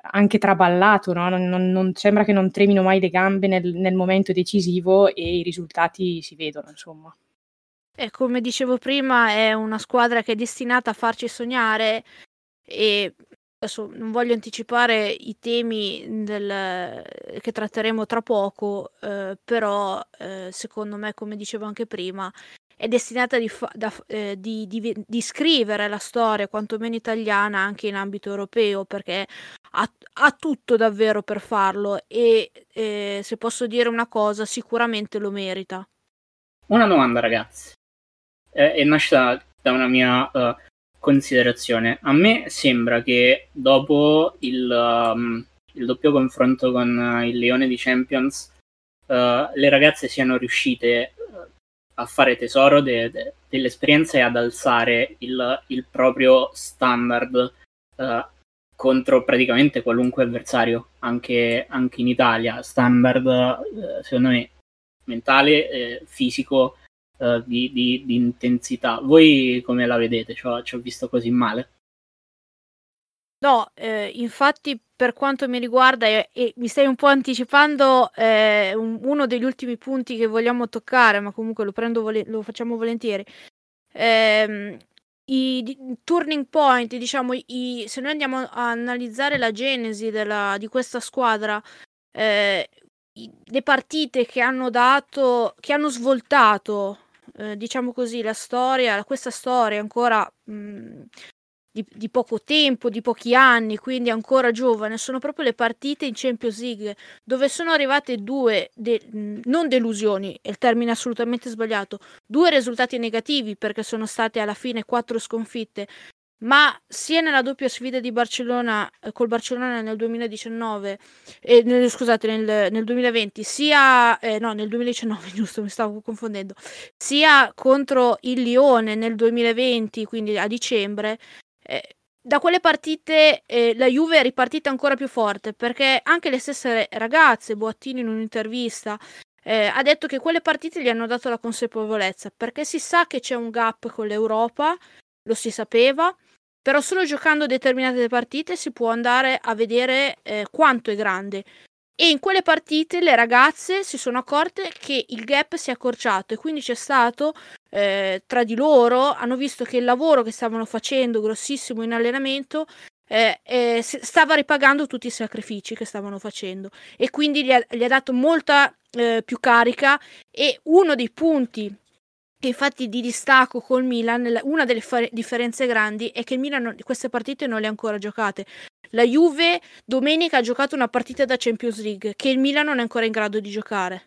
anche traballato, no? non, non, non sembra che non tremino mai le gambe nel, nel momento decisivo e i risultati si vedono, insomma. E come dicevo prima, è una squadra che è destinata a farci sognare, e adesso non voglio anticipare i temi del, che tratteremo tra poco, eh, però eh, secondo me, come dicevo anche prima, è destinata di, fa- da, eh, di, di, di scrivere la storia, quantomeno italiana, anche in ambito europeo, perché ha, ha tutto davvero per farlo e eh, se posso dire una cosa, sicuramente lo merita. Una domanda, ragazzi, eh, è nascita da una mia uh, considerazione. A me sembra che dopo il, um, il doppio confronto con uh, il Lione di Champions, uh, le ragazze siano riuscite uh, a fare tesoro de- de- dell'esperienza e ad alzare il, il proprio standard uh, contro praticamente qualunque avversario, anche, anche in Italia. Standard, uh, secondo me, mentale, eh, fisico, uh, di, di, di intensità. Voi come la vedete? Ci ho, ci ho visto così male? No, eh, infatti per quanto mi riguarda, e, e mi stai un po' anticipando eh, un- uno degli ultimi punti che vogliamo toccare, ma comunque lo prendo vole- lo facciamo volentieri. Ehm, i, di- turning point, diciamo, i, se noi andiamo a analizzare la genesi della- di questa squadra, eh, i- le partite che hanno dato, che hanno svoltato, eh, diciamo così, la storia, questa storia ancora mh, di, di poco tempo, di pochi anni, quindi ancora giovane, sono proprio le partite in Champions League, dove sono arrivate due, de- mh, non delusioni, è il termine assolutamente sbagliato, due risultati negativi, perché sono state alla fine quattro sconfitte, ma sia nella doppia sfida di Barcellona eh, col Barcellona nel duemiladiciannove, eh, nel- scusate, nel, nel duemilaventi, sia eh, no, nel duemiladiciannove, giusto, mi stavo confondendo, sia contro il Lione nel duemilaventi, quindi a dicembre. eh, Da quelle partite eh, la Juve è ripartita ancora più forte, perché anche le stesse ragazze, Boattini in un'intervista eh, ha detto che quelle partite gli hanno dato la consapevolezza, perché si sa che c'è un gap con l'Europa, lo si sapeva, però solo giocando determinate partite si può andare a vedere eh, quanto è grande. E in quelle partite le ragazze si sono accorte che il gap si è accorciato, e quindi c'è stato eh, tra di loro, hanno visto che il lavoro che stavano facendo grossissimo in allenamento eh, eh, s- stava ripagando tutti i sacrifici che stavano facendo, e quindi gli ha, gli ha dato molta eh, più carica. E uno dei punti che infatti di distacco col Milan, la- una delle fa- differenze grandi è che il Milan non- queste partite non le ha ancora giocate. La Juve domenica ha giocato una partita da Champions League che il Milan non è ancora in grado di giocare.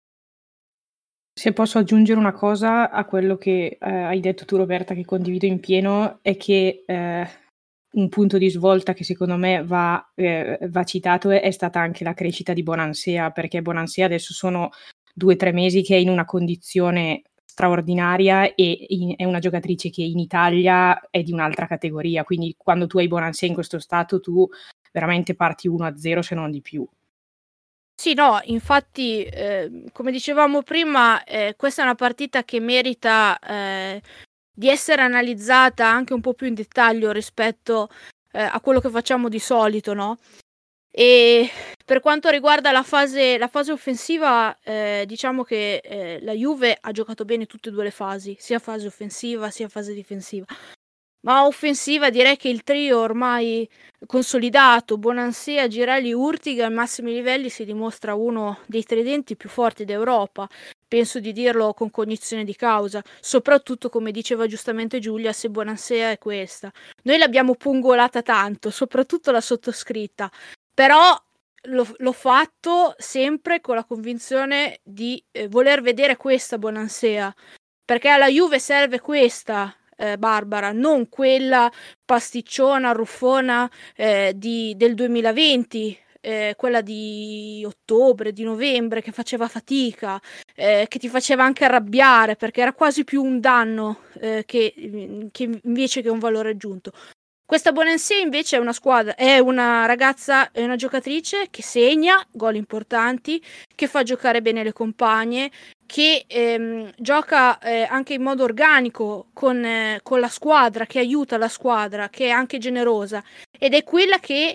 Se posso aggiungere una cosa a quello che eh, hai detto tu, Roberta, che condivido in pieno, è che eh, un punto di svolta che secondo me va, eh, va citato è, è stata anche la crescita di Bonansea, perché Bonansea adesso sono due o tre mesi che è in una condizione straordinaria e in- è una giocatrice che in Italia è di un'altra categoria, quindi quando tu hai Bonansea in questo stato tu veramente parti uno a zero se non di più. Sì, no, infatti, eh, come dicevamo prima, eh, questa è una partita che merita eh, di essere analizzata anche un po' più in dettaglio rispetto eh, a quello che facciamo di solito, no? E per quanto riguarda la fase, la fase offensiva, eh, diciamo che eh, la Juve ha giocato bene tutte e due le fasi, sia fase offensiva sia fase difensiva. Ma offensiva direi che il trio ormai consolidato, Bonansea, Girelli, Urtiga ai massimi livelli si dimostra uno dei tridenti più forti d'Europa. Penso di dirlo con cognizione di causa, soprattutto come diceva giustamente Giulia, se Bonansea è questa. Noi l'abbiamo pungolata tanto, soprattutto la sottoscritta, però l'ho, l'ho fatto sempre con la convinzione di eh, voler vedere questa Bonansea, perché alla Juve serve questa eh, Barbara, non quella pasticciona, ruffona eh, di, del duemilaventi, eh, quella di ottobre, di novembre, che faceva fatica, eh, che ti faceva anche arrabbiare, perché era quasi più un danno eh, che, che invece che un valore aggiunto. Questa Bonansea invece è una squadra, è una ragazza, è una giocatrice che segna gol importanti, che fa giocare bene le compagne, che ehm, gioca eh, anche in modo organico con, eh, con la squadra, che aiuta la squadra, che è anche generosa, ed è quella che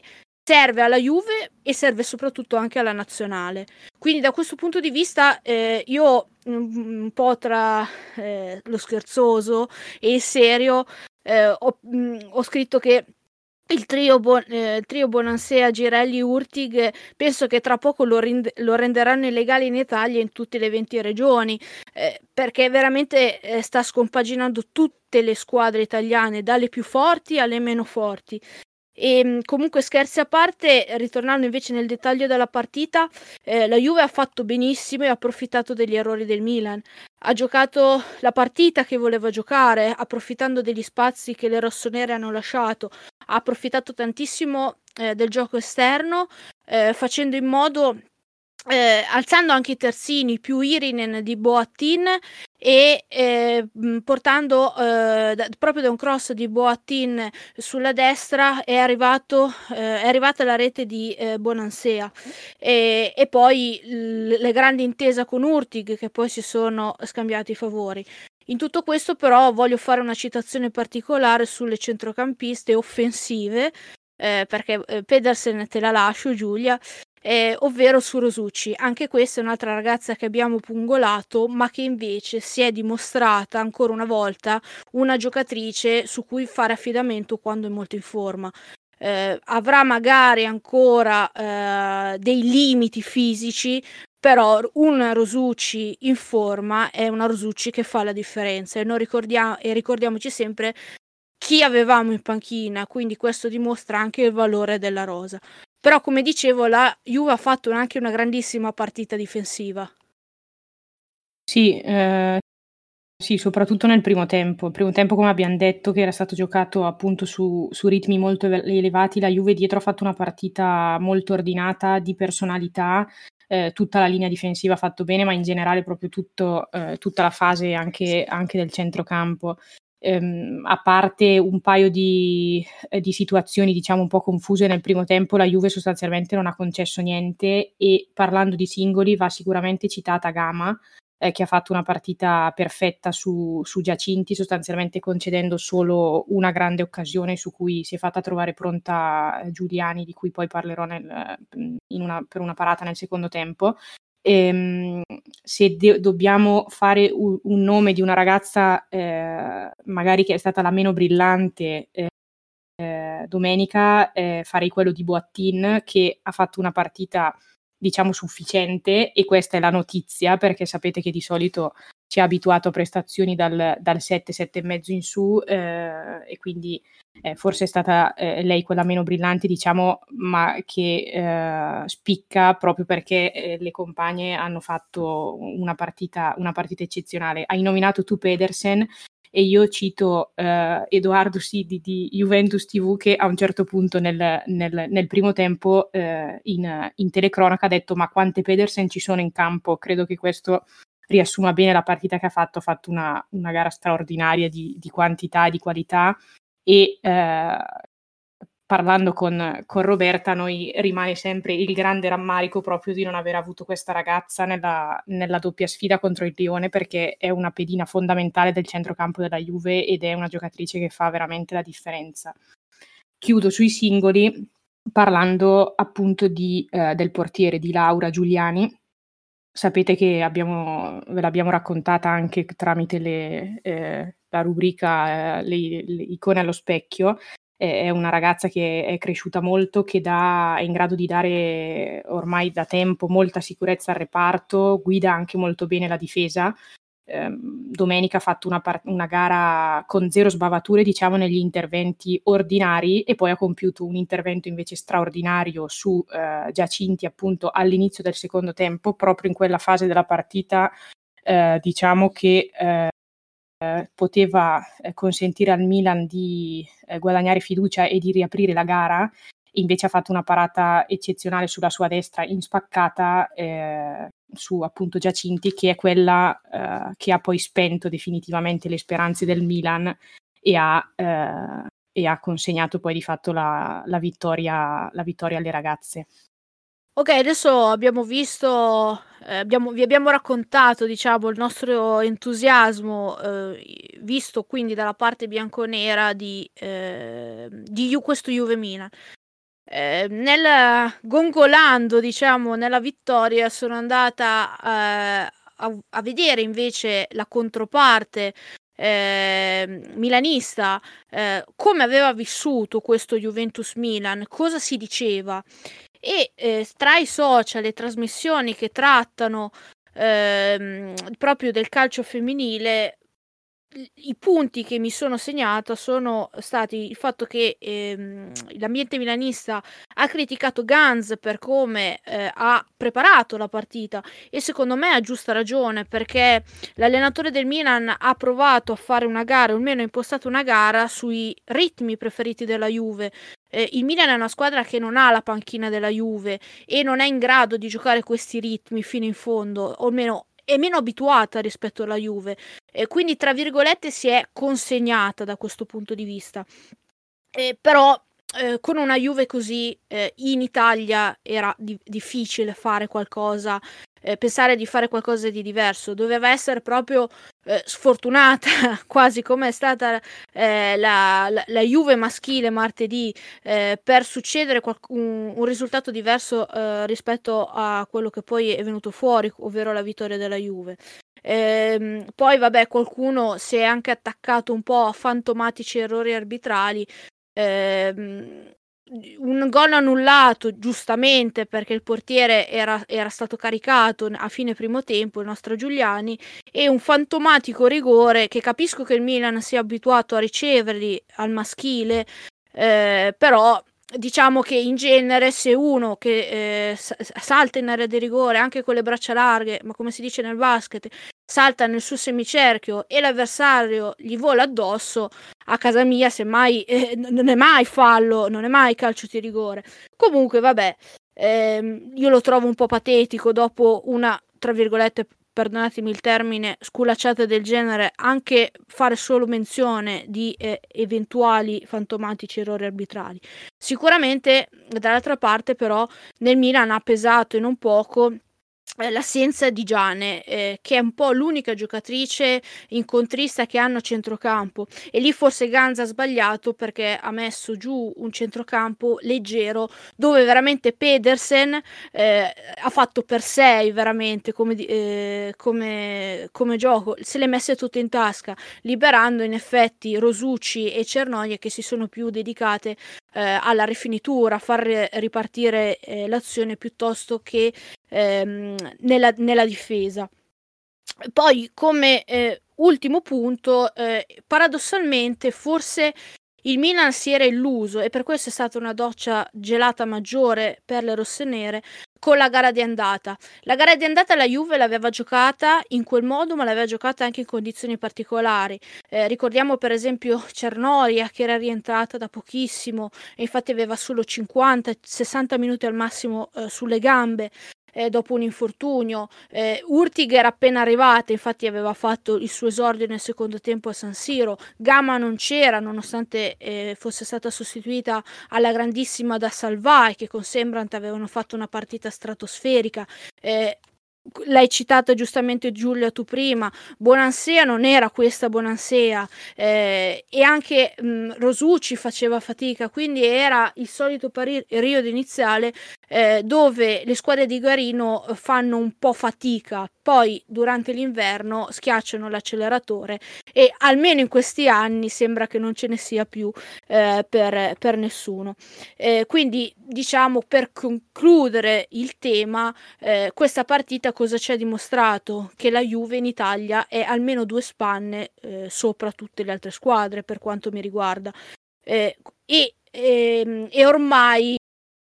serve alla Juve e serve soprattutto anche alla nazionale. Quindi da questo punto di vista eh, io un, un po' tra eh, lo scherzoso e il serio eh, ho, mh, ho scritto che il trio, Bon- eh, il trio Bonansea, Girelli, Urtig penso che tra poco lo, rend- lo renderanno illegale in Italia in tutte le venti regioni, eh, perché veramente eh, sta scompaginando tutte le squadre italiane, dalle più forti alle meno forti. E comunque, scherzi a parte, ritornando invece nel dettaglio della partita, eh, la Juve ha fatto benissimo e ha approfittato degli errori del Milan. Ha giocato la partita che voleva giocare, approfittando degli spazi che le rossonere hanno lasciato. Ha approfittato tantissimo eh, del gioco esterno, eh, facendo in modo, eh, alzando anche i terzini, più Irinen di Boattin e eh, portando eh, da, proprio da un cross di Boattin sulla destra è arrivato eh, è arrivata la rete di eh, Bonansea e, e poi l- le grandi intesa con Urtig, che poi si sono scambiati i favori. In tutto questo però voglio fare una citazione particolare sulle centrocampiste offensive, eh, perché eh, Pedersen te la lascio, Giulia. Eh, ovvero su Rosucci. Anche questa è un'altra ragazza che abbiamo pungolato, ma che invece si è dimostrata ancora una volta una giocatrice su cui fare affidamento quando è molto in forma. Eh, avrà magari ancora eh, dei limiti fisici, però una Rosucci in forma è una Rosucci che fa la differenza e, non ricordia- e ricordiamoci sempre chi avevamo in panchina, quindi questo dimostra anche il valore della rosa. Però, come dicevo, la Juve ha fatto anche una grandissima partita difensiva. Sì, eh, sì, soprattutto nel primo tempo. Il primo tempo, come abbiamo detto, che era stato giocato appunto su, su ritmi molto elevati, la Juve dietro ha fatto una partita molto ordinata, di personalità, eh, tutta la linea difensiva ha fatto bene, ma in generale proprio tutto, eh, tutta la fase anche, anche del centrocampo. Ehm, a parte un paio di, eh, di situazioni diciamo un po' confuse nel primo tempo, la Juve sostanzialmente non ha concesso niente e parlando di singoli va sicuramente citata Gama, eh, che ha fatto una partita perfetta su, su Giacinti, sostanzialmente concedendo solo una grande occasione su cui si è fatta trovare pronta Giuliani, di cui poi parlerò nel, in una, per una parata nel secondo tempo. Ehm, se de- dobbiamo fare un, un nome di una ragazza eh, magari che è stata la meno brillante eh, eh, domenica, eh, farei quello di Boattin, che ha fatto una partita diciamo sufficiente, e questa è la notizia, perché sapete che di solito ci ha abituato a prestazioni dal, dal sette, sette e mezzo in su, eh, e quindi eh, forse è stata eh, lei quella meno brillante, diciamo, ma che eh, spicca proprio perché eh, le compagne hanno fatto una partita, una partita eccezionale. Hai nominato tu Pedersen e io cito eh, Edoardo Sidi di Juventus tivù, che a un certo punto nel, nel, nel primo tempo eh, in, in telecronaca ha detto: ma quante Pedersen ci sono in campo? Credo che questo riassuma bene la partita che ha fatto. Ha fatto una, una gara straordinaria di, di quantità e di qualità, e eh, parlando con, con Roberta, a noi rimane sempre il grande rammarico proprio di non aver avuto questa ragazza nella, nella doppia sfida contro il Lione, perché è una pedina fondamentale del centrocampo della Juve ed è una giocatrice che fa veramente la differenza. Chiudo sui singoli parlando appunto di, eh, del portiere, di Laura Giuliani. Sapete che abbiamo, ve l'abbiamo raccontata anche tramite le, eh, la rubrica eh, le, le icone allo specchio. È una ragazza che è cresciuta molto, che dà, è in grado di dare ormai da tempo molta sicurezza al reparto, guida anche molto bene la difesa. Eh, domenica ha fatto una, part- una gara con zero sbavature, diciamo, negli interventi ordinari, e poi ha compiuto un intervento invece straordinario su eh, Giacinti appunto all'inizio del secondo tempo, proprio in quella fase della partita eh, diciamo che eh, poteva eh, consentire al Milan di eh, guadagnare fiducia e di riaprire la gara. Invece ha fatto una parata eccezionale sulla sua destra in spaccata eh, su appunto Giacinti, che è quella eh, che ha poi spento definitivamente le speranze del Milan e ha, eh, e ha consegnato poi di fatto la, la, vittoria, la vittoria alle ragazze. Ok, adesso abbiamo visto, eh, abbiamo, vi abbiamo raccontato, diciamo, il nostro entusiasmo, eh, visto quindi dalla parte bianconera di, eh, di Ju- questo Juve Milan. eh, nel, gongolando, diciamo, nella vittoria, sono andata eh, a, a vedere invece la controparte eh, milanista, eh, come aveva vissuto questo Juventus-Milan, cosa si diceva. E eh, tra i social, le trasmissioni che trattano ehm, proprio del calcio femminile, i punti che mi sono segnata sono stati il fatto che ehm, l'ambiente milanista ha criticato Ganz per come eh, ha preparato la partita, e secondo me ha giusta ragione, perché l'allenatore del Milan ha provato a fare una gara, o almeno ha impostato una gara sui ritmi preferiti della Juve. Eh, il Milan è una squadra che non ha la panchina della Juve e non è in grado di giocare questi ritmi fino in fondo, o almeno è meno abituata rispetto alla Juve, e quindi tra virgolette si è consegnata da questo punto di vista. Eh, però eh, con una Juve così eh, in Italia era di- difficile fare qualcosa, eh, pensare di fare qualcosa di diverso, doveva essere proprio eh, sfortunata, quasi come è stata eh, la, la, la Juve maschile martedì, eh, per succedere qualc- un, un risultato diverso eh, rispetto a quello che poi è venuto fuori, ovvero la vittoria della Juve. Ehm, poi vabbè, qualcuno si è anche attaccato un po' a fantomatici errori arbitrali. Ehm, un gol annullato giustamente perché il portiere era, era stato caricato a fine primo tempo, il nostro Giuliani, e un fantomatico rigore che capisco che il Milan sia abituato a riceverli al maschile, eh, però diciamo che in genere se uno che eh, salta in area di rigore anche con le braccia larghe, ma come si dice nel basket, salta nel suo semicerchio e l'avversario gli vola addosso, a casa mia semmai eh, non è mai fallo, non è mai calcio di rigore. Comunque vabbè, ehm, io lo trovo un po' patetico dopo una, tra virgolette, perdonatemi il termine, sculacciata del genere, anche fare solo menzione di eh, eventuali fantomatici errori arbitrali. Sicuramente dall'altra parte però nel Milan ha pesato e non poco eh, l'assenza di Giane, eh, che è un po' l'unica giocatrice incontrista che hanno a centrocampo, e lì forse Ganz ha sbagliato perché ha messo giù un centrocampo leggero dove veramente Pedersen eh, ha fatto per sei veramente come, eh, come, come gioco, se le messe tutte in tasca, liberando in effetti Rosucci e Cernoia che si sono più dedicate eh, alla rifinitura, a far ripartire eh, l'azione piuttosto che ehm, nella, nella difesa. Poi come eh, ultimo punto, eh, paradossalmente forse il Milan si era illuso, e per questo è stata una doccia gelata maggiore per le rossonere, con la gara di andata. La gara di andata la Juve l'aveva giocata in quel modo, ma l'aveva giocata anche in condizioni particolari. Eh, ricordiamo per esempio Cernoria, che era rientrata da pochissimo e infatti aveva solo cinquanta sessanta minuti al massimo eh, sulle gambe. Eh, dopo un infortunio, eh, Urtig era appena arrivata, infatti aveva fatto il suo esordio nel secondo tempo a San Siro. Gama non c'era, nonostante eh, fosse stata sostituita alla grandissima da Salvai, che con Sembrant avevano fatto una partita stratosferica. Eh, L'hai citata giustamente Giulia tu prima, Bonansea non era questa Bonansea, eh, e anche mh, Rosucci faceva fatica, quindi era il solito periodo iniziale eh, dove le squadre di Guarino fanno un po' fatica, poi durante l'inverno schiacciano l'acceleratore, e almeno in questi anni sembra che non ce ne sia più eh, per, per nessuno. Eh, quindi diciamo, per concludere il tema, eh, questa partita cosa ci ha dimostrato? Che la Juve in Italia è almeno due spanne eh, sopra tutte le altre squadre per quanto mi riguarda, eh, e, e, e ormai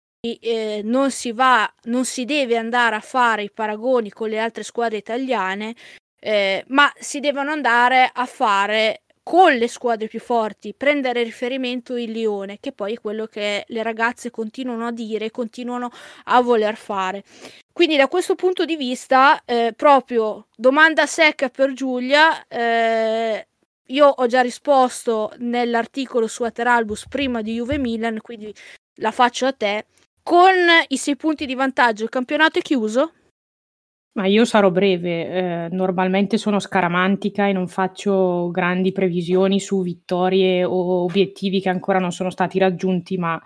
eh, non si va, non si deve andare a fare i paragoni con le altre squadre italiane, eh, ma si devono andare a fare con le squadre più forti, prendere riferimento il Lione, che poi è quello che le ragazze continuano a dire, continuano a voler fare. Quindi da questo punto di vista, eh, proprio domanda secca per Giulia, eh, io ho già risposto nell'articolo su Ateralbus prima di Juve Milan, quindi la faccio a te. Con i sei punti di vantaggio il campionato è chiuso? Ma io sarò breve, eh, normalmente sono scaramantica e non faccio grandi previsioni su vittorie o obiettivi che ancora non sono stati raggiunti, ma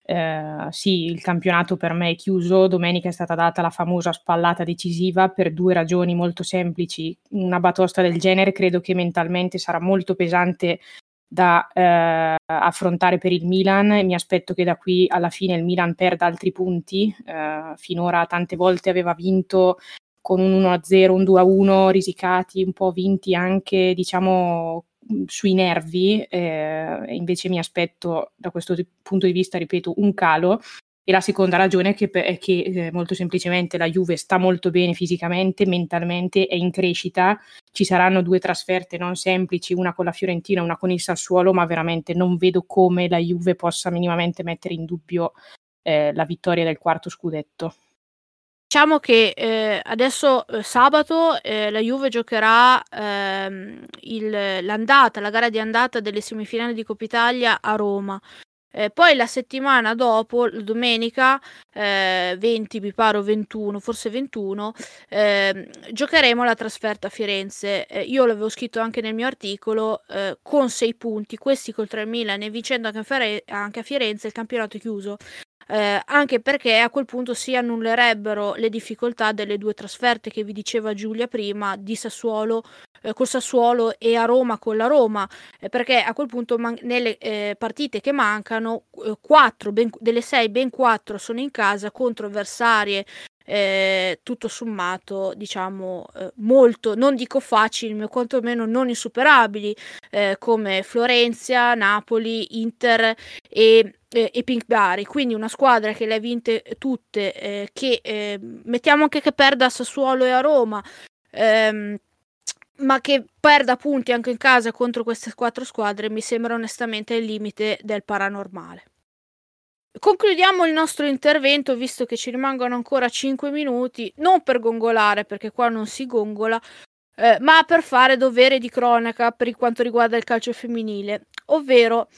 Eh, sì, il campionato per me è chiuso, domenica è stata data la famosa spallata decisiva per due ragioni molto semplici. Una batosta del genere credo che mentalmente sarà molto pesante da eh, affrontare per il Milan e mi aspetto che da qui alla fine il Milan perda altri punti. Eh, finora tante volte aveva vinto con un uno a zero, un due a uno, risicati, un po' vinti anche, diciamo, sui nervi, eh, e invece mi aspetto da questo punto di vista, ripeto, un calo. E la seconda ragione è che, è che eh, molto semplicemente la Juve sta molto bene fisicamente, mentalmente è in crescita. Ci saranno due trasferte non semplici, una con la Fiorentina e una con il Sassuolo, ma veramente non vedo come la Juve possa minimamente mettere in dubbio eh, la vittoria del quarto scudetto. Diciamo che eh, adesso eh, sabato eh, la Juve giocherà ehm, il, l'andata, la gara di andata delle semifinali di Coppa Italia a Roma. Eh, poi la settimana dopo, domenica eh, venti, mi pare ventuno, forse ventuno, eh, giocheremo la trasferta a Firenze. Eh, io l'avevo scritto anche nel mio articolo, eh, con sei punti, questi contro il Milan e vincendo anche a, Fere- anche a Firenze il campionato è chiuso. Eh, anche perché a quel punto si annullerebbero le difficoltà delle due trasferte che vi diceva Giulia prima, di Sassuolo eh, col Sassuolo e a Roma con la Roma, eh, perché a quel punto man- nelle eh, partite che mancano eh, quattro, ben, delle sei ben quattro sono in casa contro avversarie eh, tutto sommato diciamo eh, molto, non dico facili ma quantomeno non insuperabili, eh, come Florenza, Napoli, Inter e e, e Pink Bari, quindi una squadra che le ha vinte tutte, eh, che eh, mettiamo anche che perda a Sassuolo e a Roma, ehm, ma che perda punti anche in casa contro queste quattro squadre mi sembra onestamente il limite del paranormale. Concludiamo il nostro intervento visto che ci rimangono ancora cinque minuti, non per gongolare perché qua non si gongola, eh, ma per fare dovere di cronaca per quanto riguarda il calcio femminile, ovvero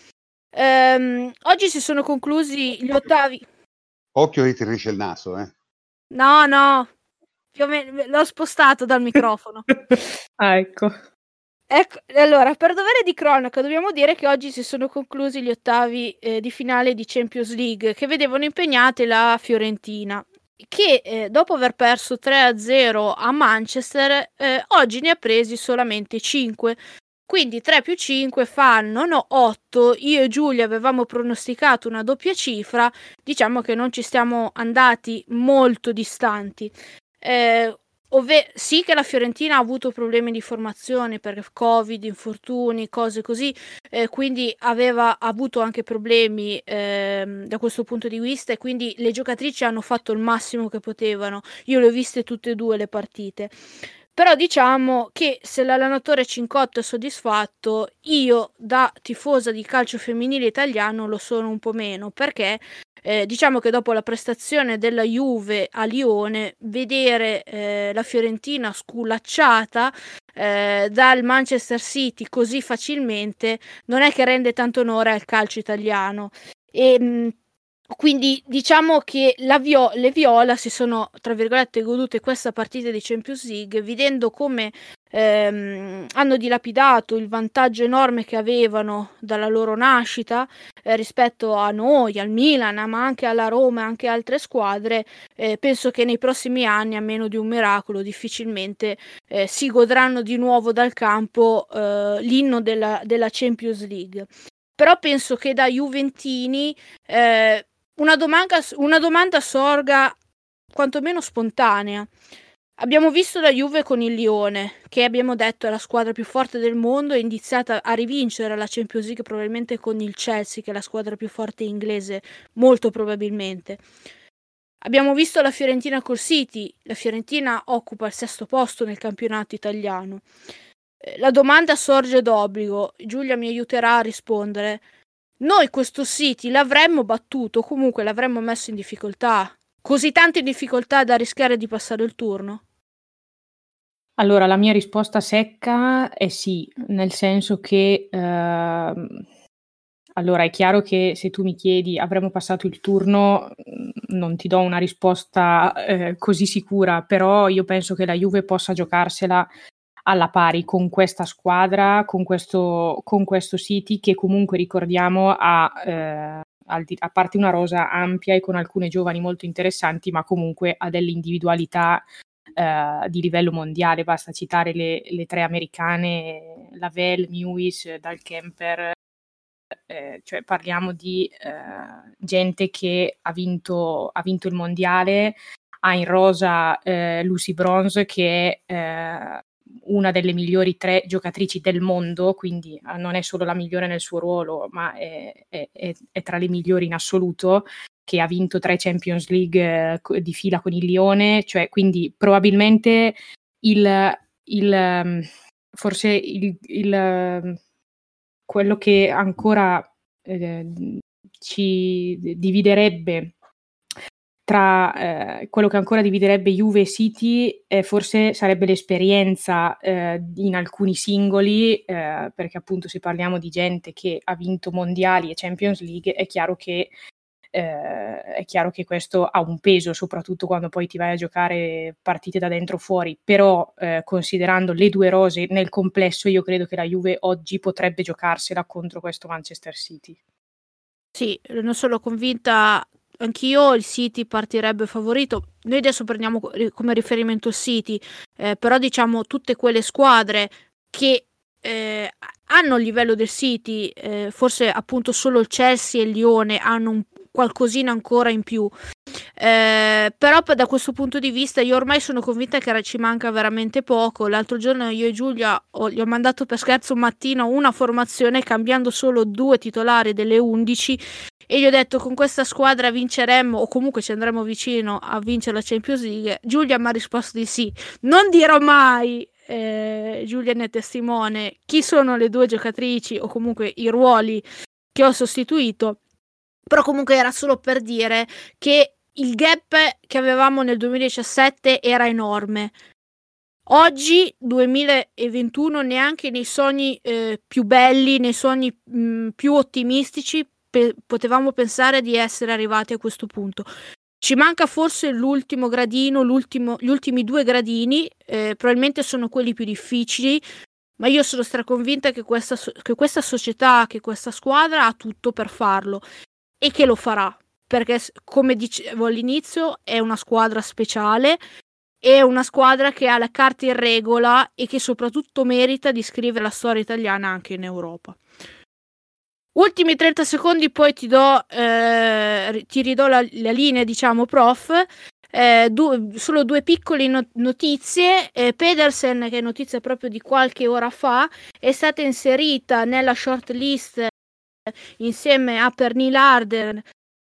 Ehm, oggi si sono conclusi gli ottavi. Occhio che ti riesce il naso, eh. No, no, più o meno, l'ho spostato dal microfono. Ah, ecco. Ecco, allora, per dovere di cronaca dobbiamo dire che oggi si sono conclusi gli ottavi eh, di finale di Champions League che vedevano impegnate la Fiorentina, che eh, dopo aver perso tre a zero a Manchester, eh, oggi ne ha presi solamente cinque. Quindi tre più cinque fanno no, otto. Io e Giulia avevamo pronosticato una doppia cifra, diciamo che non ci stiamo andati molto distanti. Eh, ovve- sì che la Fiorentina ha avuto problemi di formazione per Covid, infortuni, cose così, eh, quindi aveva avuto anche problemi ehm, da questo punto di vista e quindi le giocatrici hanno fatto il massimo che potevano. Io le ho viste tutte e due le partite. Però diciamo che se l'allenatore Cincotto è soddisfatto, io da tifosa di calcio femminile italiano lo sono un po' meno, perché eh, diciamo che dopo la prestazione della Juve a Lione, vedere eh, la Fiorentina sculacciata eh, dal Manchester City così facilmente non è che rende tanto onore al calcio italiano. E mh, quindi diciamo che la Vio- le Viola si sono, tra virgolette, godute questa partita di Champions League, vedendo come ehm, hanno dilapidato il vantaggio enorme che avevano dalla loro nascita eh, rispetto a noi, al Milan, ma anche alla Roma e anche altre squadre. Eh, penso che nei prossimi anni, a meno di un miracolo, difficilmente eh, si godranno di nuovo dal campo eh, l'inno della, della Champions League. Però penso che da Juventini eh, una domanda, una domanda sorga quantomeno spontanea. Abbiamo visto la Juve con il Lione, che abbiamo detto è la squadra più forte del mondo, è iniziata a rivincere la Champions League probabilmente con il Chelsea, che è la squadra più forte inglese, molto probabilmente. Abbiamo visto la Fiorentina col City, la Fiorentina occupa il sesto posto nel campionato italiano. La domanda sorge d'obbligo, Giulia mi aiuterà a rispondere. Noi questo City l'avremmo battuto, comunque l'avremmo messo in difficoltà, così tanto in difficoltà da rischiare di passare il turno? Allora, la mia risposta secca è sì, nel senso che ehm, allora è chiaro che se tu mi chiedi avremmo passato il turno, non ti do una risposta eh, così sicura, però io penso che la Juve possa giocarsela alla pari con questa squadra, con questo, con questo City che comunque ricordiamo ha, eh, al di- a parte una rosa ampia e con alcune giovani molto interessanti, ma comunque ha delle individualità eh, di livello mondiale. Basta citare le, le tre americane, Lavelle, Mewis, Dal Kemper. Eh, cioè parliamo di eh, gente che ha vinto, ha vinto il mondiale. Ha in rosa eh, Lucy Bronze, che è eh, una delle migliori tre giocatrici del mondo, quindi eh, non è solo la migliore nel suo ruolo, ma è, è, è, è tra le migliori in assoluto, che ha vinto tre Champions League eh, di fila con il Lione, cioè quindi probabilmente il, il forse il, il quello che ancora eh, ci dividerebbe tra eh, quello che ancora dividerebbe Juve e City eh, forse sarebbe l'esperienza eh, in alcuni singoli, eh, perché appunto se parliamo di gente che ha vinto mondiali e Champions League è chiaro che eh, è chiaro che questo ha un peso, soprattutto quando poi ti vai a giocare partite da dentro fuori, però eh, considerando le due rose nel complesso io credo che la Juve oggi potrebbe giocarsela contro questo Manchester City. Sì, non sono convinta anch'io, il City partirebbe favorito. Noi adesso prendiamo come riferimento il City, eh, però diciamo tutte quelle squadre che eh, hanno il livello del City, eh, forse appunto solo il Chelsea e il Lione hanno un qualcosina ancora in più. Eh, però da questo punto di vista io ormai sono convinta che ci manca veramente poco. L'altro giorno io e Giulia ho, gli ho mandato per scherzo un mattino una formazione cambiando solo due titolari delle undici e gli ho detto con questa squadra vinceremmo o comunque ci andremo vicino a vincere la Champions League. Giulia mi ha risposto di sì. Non dirò mai, eh, Giulia ne è testimone, chi sono le due giocatrici o comunque i ruoli che ho sostituito, però comunque era solo per dire che il gap che avevamo nel duemiladiciassette era enorme. Oggi, duemilaventuno, neanche nei sogni eh, più belli, nei sogni mh, più ottimistici, pe- potevamo pensare di essere arrivati a questo punto. Ci manca forse l'ultimo gradino, l'ultimo, gli ultimi due gradini, eh, probabilmente sono quelli più difficili, ma io sono straconvinta che questa, che questa società, che questa squadra ha tutto per farlo e che lo farà, perché come dicevo all'inizio è una squadra speciale, è una squadra che ha le carte in regola e che soprattutto merita di scrivere la storia italiana anche in Europa. Ultimi trenta secondi, poi ti do eh, ti ridò la, la linea, diciamo, prof. Eh, due, solo due piccole not- notizie. eh, Pedersen, che è notizia proprio di qualche ora fa, è stata inserita nella short list insieme a Pernille Harder,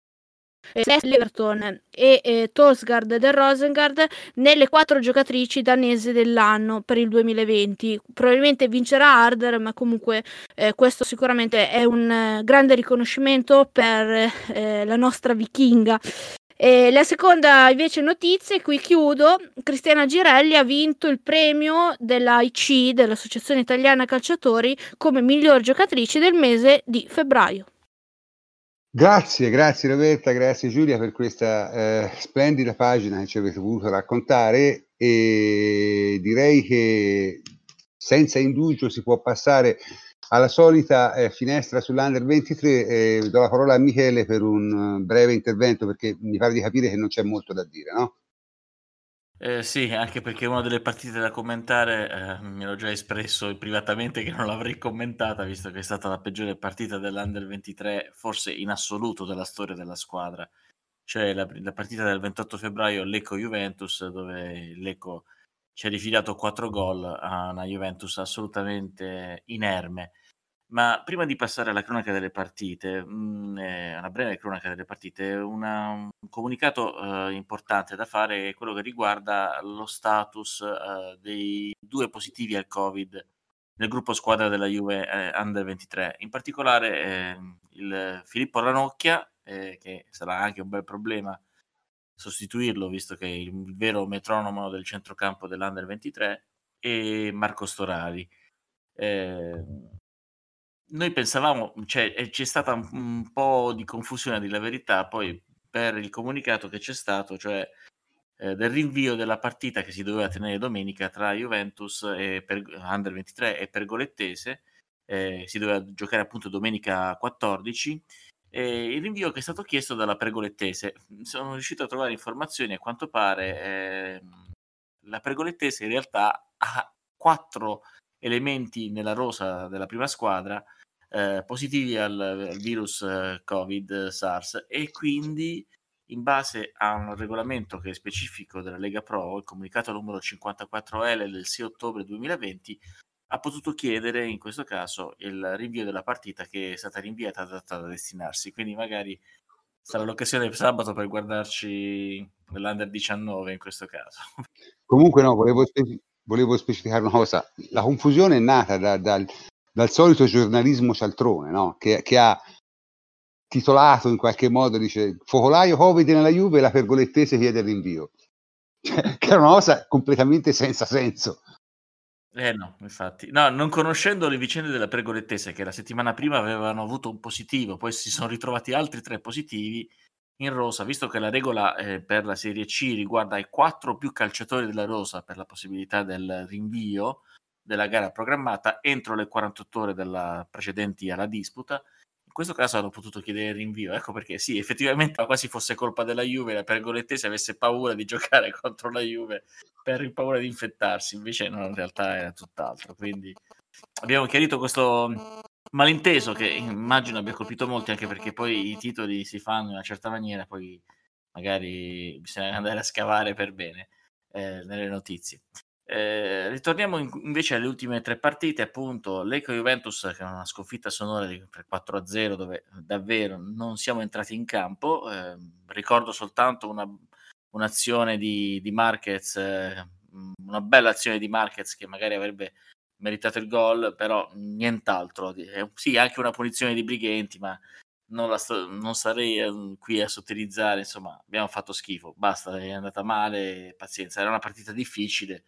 Everton e eh, Tosgard del Rosengard nelle quattro giocatrici danese dell'anno per il duemilaventi. Probabilmente vincerà Harder, ma comunque eh, questo sicuramente è un eh, grande riconoscimento per eh, la nostra vichinga. E la seconda invece notizia, qui chiudo, Cristiana Girelli ha vinto il premio dell'A I C, dell'Associazione Italiana Calciatori, come miglior giocatrice del mese di febbraio. Grazie, grazie Roberta, grazie Giulia per questa eh, splendida pagina che ci avete voluto raccontare, e direi che senza indugio si può passare alla solita eh, finestra sull'Under ventitré. Eh, do la parola a Michele per un uh, breve intervento, perché mi pare di capire che non c'è molto da dire, no? Eh, sì, anche perché una delle partite da commentare eh, mi ero già espresso privatamente che non l'avrei commentata, visto che è stata la peggiore partita dell'Under ventitré, forse in assoluto, della storia della squadra. Cioè la, la partita del ventotto febbraio Lecco-Juventus, dove Lecco ci ha rifilato quattro gol a una Juventus assolutamente inerme. Ma prima di passare alla cronaca delle partite, mh, eh, una breve cronaca delle partite, una, un comunicato eh, importante da fare è quello che riguarda lo status eh, dei due positivi al Covid nel gruppo squadra della Juve eh, Under ventitré. In particolare eh, il Filippo Ranocchia, eh, che sarà anche un bel problema sostituirlo, visto che è il vero metronomo del centrocampo dell'Under ventitré, e Marco Storari. Eh, noi pensavamo, cioè eh, c'è stata un, un po' di confusione, a dire la verità, poi per il comunicato che c'è stato, cioè eh, del rinvio della partita che si doveva tenere domenica tra Juventus e per, Under ventitré e Pergolettese, eh, si doveva giocare appunto domenica quattordici, E il rinvio che è stato chiesto dalla Pergolettese. Sono riuscito a trovare informazioni, a quanto pare ehm, la Pergolettese in realtà ha quattro elementi nella rosa della prima squadra eh, positivi al, al virus eh, Covid SARS, e quindi in base a un regolamento che è specifico della Lega Pro, il comunicato numero cinquantaquattro L del sei ottobre duemilaventi, ha potuto chiedere in questo caso il rinvio della partita, che è stata rinviata data da destinarsi. Quindi magari sarà l'occasione per sabato per guardarci l'Under diciannove in questo caso. Comunque no, volevo, speci- volevo specificare una cosa. La confusione è nata da- dal, dal solito giornalismo cialtrone, no? che, che ha titolato in qualche modo, dice focolaio Covid nella Juve, la Pergolettese chiede il rinvio. Cioè, che è una cosa completamente senza senso. Eh no, infatti. No, non conoscendo le vicende della Pergolettese, che la settimana prima avevano avuto un positivo, poi si sono ritrovati altri tre positivi, in rosa, visto che la regola eh, per la Serie C riguarda i quattro più calciatori della rosa per la possibilità del rinvio della gara programmata entro le quarantotto ore della precedenti alla disputa, in questo caso hanno potuto chiedere il rinvio. Ecco perché sì, effettivamente quasi fosse colpa della Juve, la Pergolettese avesse paura di giocare contro la Juve per il paura di infettarsi, invece no, in realtà era tutt'altro. Quindi abbiamo chiarito questo malinteso che immagino abbia colpito molti, anche perché poi i titoli si fanno in una certa maniera, poi magari bisogna andare a scavare per bene eh, nelle notizie. Eh, ritorniamo in- invece alle ultime tre partite, appunto l'Eco Juventus, che è una sconfitta sonora di per quattro a zero, dove davvero non siamo entrati in campo. Eh, ricordo soltanto una, un'azione di, di Marquez, eh, una bella azione di Marquez che magari avrebbe meritato il gol, però nient'altro. Eh, sì, anche una punizione di Brighenti, ma non, la sto- non sarei eh, qui a sottilizzare. Insomma, abbiamo fatto schifo, basta, è andata male, pazienza, era una partita difficile,